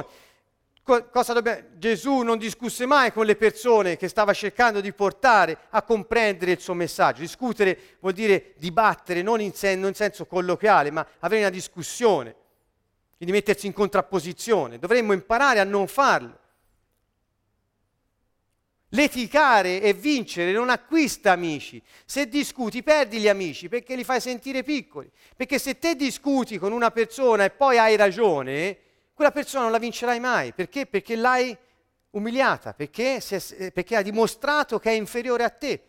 [SPEAKER 1] Gesù non discusse mai con le persone che stava cercando di portare a comprendere il suo messaggio. Discutere vuol dire dibattere, non in senso colloquiale, ma avere una discussione, quindi mettersi in contrapposizione. Dovremmo imparare a non farlo. Litigare e vincere non acquista amici. Se discuti perdi gli amici perché li fai sentire piccoli. Perché se te discuti con una persona e poi hai ragione, quella persona non la vincerai mai. Perché? Perché l'hai umiliata, perché ha dimostrato che è inferiore a te.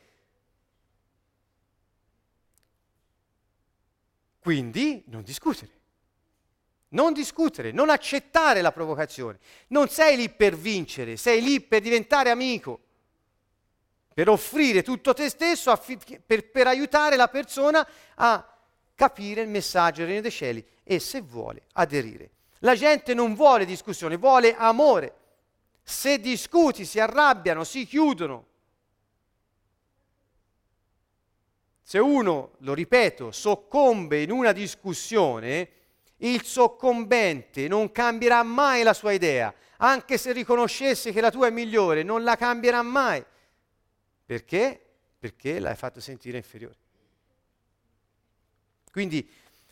[SPEAKER 1] Quindi non discutere. Non discutere, non accettare la provocazione. Non sei lì per vincere, sei lì per diventare amico, per offrire tutto te stesso per aiutare la persona a capire il messaggio del Regno dei Cieli e, se vuole, aderire. La gente non vuole discussione, vuole amore. Se discuti, si arrabbiano, si chiudono. Se uno, lo ripeto, soccombe in una discussione, il soccombente non cambierà mai la sua idea, anche se riconoscesse che la tua è migliore, non la cambierà mai. Perché? Perché l'hai fatto sentire inferiore. Quindi,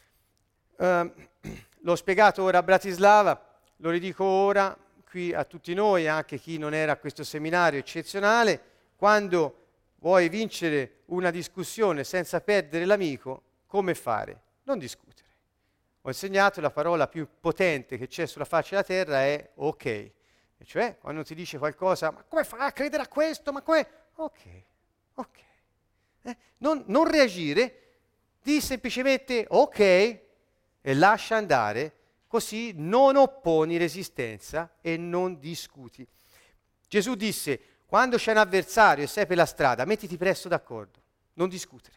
[SPEAKER 1] l'ho spiegato ora a Bratislava, lo ridico ora qui a tutti noi, anche chi non era a questo seminario eccezionale, quando vuoi vincere una discussione senza perdere l'amico, come fare? Non discutere. Ho insegnato la parola più potente che c'è sulla faccia della terra è ok. E cioè, quando ti dice qualcosa, ma come fa a credere a questo? Ma come? Ok. Non reagire, di semplicemente ok e lascia andare, così non opponi resistenza e non discuti. Gesù disse, quando c'è un avversario e sei per la strada, mettiti presto d'accordo, non discutere.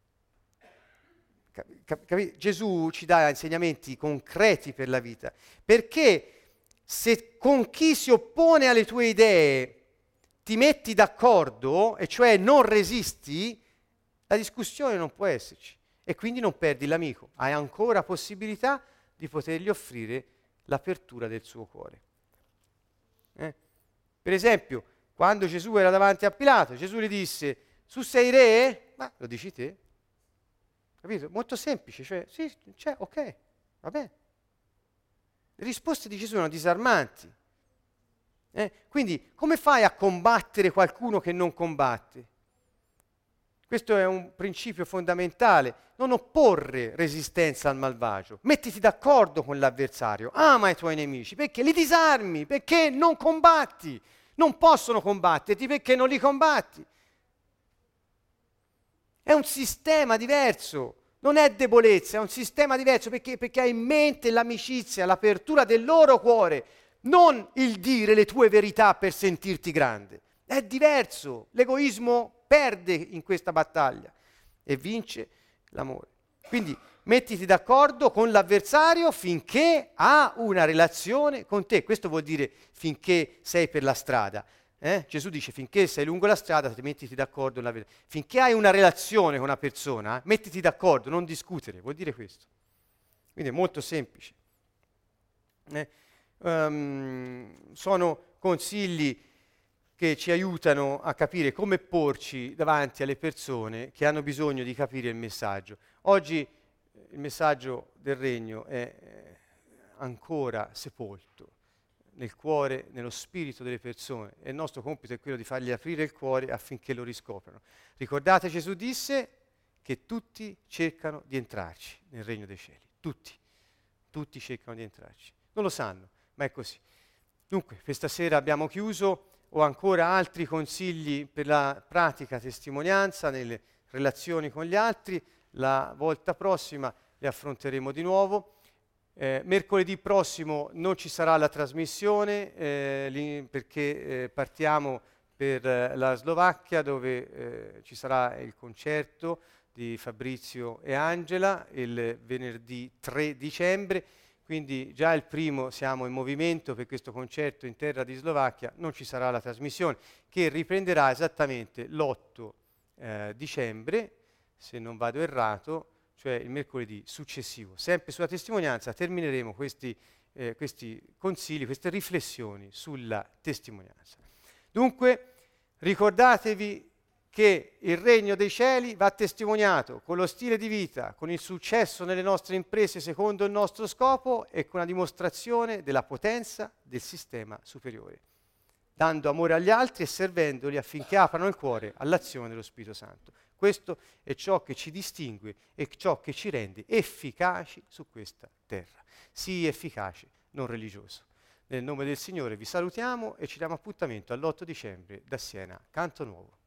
[SPEAKER 1] Gesù ci dà insegnamenti concreti per la vita, perché se con chi si oppone alle tue idee ti metti d'accordo, e cioè non resisti, la discussione non può esserci e quindi non perdi l'amico, hai ancora possibilità di potergli offrire l'apertura del suo cuore. Per esempio, quando Gesù era davanti a Pilato, Gesù gli disse, tu sei re? Ma lo dici te? Capito? Molto semplice, cioè, sì, c'è, ok, va bene. Le risposte di Gesù erano disarmanti. Quindi, come fai a combattere qualcuno che non combatte? Questo è un principio fondamentale. Non opporre resistenza al malvagio. Mettiti d'accordo con l'avversario. Ama i tuoi nemici. Perché li disarmi? Perché non combatti? Non possono combatterti perché non li combatti. È un sistema diverso. Non è debolezza, è un sistema diverso perché hai in mente l'amicizia, l'apertura del loro cuore, non il dire le tue verità per sentirti grande. È diverso. L'egoismo perde in questa battaglia e vince l'amore. Quindi mettiti d'accordo con l'avversario finché ha una relazione con te. Questo vuol dire finché sei per la strada. Gesù dice finché sei lungo la strada ti mettiti d'accordo finché hai una relazione con una persona, mettiti d'accordo, non discutere, vuol dire questo. Quindi è molto semplice. sono consigli che ci aiutano a capire come porci davanti alle persone che hanno bisogno di capire il messaggio. Oggi il messaggio del regno è ancora sepolto nel cuore, nello spirito delle persone, e il nostro compito è quello di fargli aprire il cuore affinché lo riscoprano. Ricordate, Gesù disse che tutti cercano di entrarci nel regno dei cieli, tutti cercano di entrarci. Non lo sanno, ma è così. Dunque, questa sera abbiamo chiuso. Ho ancora altri consigli per la pratica testimonianza nelle relazioni con gli altri. La volta prossima le affronteremo di nuovo. Mercoledì prossimo non ci sarà la trasmissione perché partiamo per la Slovacchia, dove ci sarà il concerto di Fabrizio e Angela il venerdì 3 dicembre. Quindi già il primo siamo in movimento per questo concerto in terra di Slovacchia, non ci sarà la trasmissione, che riprenderà esattamente l'8 dicembre, se non vado errato, cioè il mercoledì successivo. Sempre sulla testimonianza termineremo questi consigli, queste riflessioni sulla testimonianza. Dunque, ricordatevi che il regno dei cieli va testimoniato con lo stile di vita, con il successo nelle nostre imprese secondo il nostro scopo e con la dimostrazione della potenza del sistema superiore, dando amore agli altri e servendoli affinché aprano il cuore all'azione dello Spirito Santo. Questo è ciò che ci distingue e ciò che ci rende efficaci su questa terra. Sii efficace, non religioso. Nel nome del Signore vi salutiamo e ci diamo appuntamento all'8 dicembre da Siena, Canto Nuovo.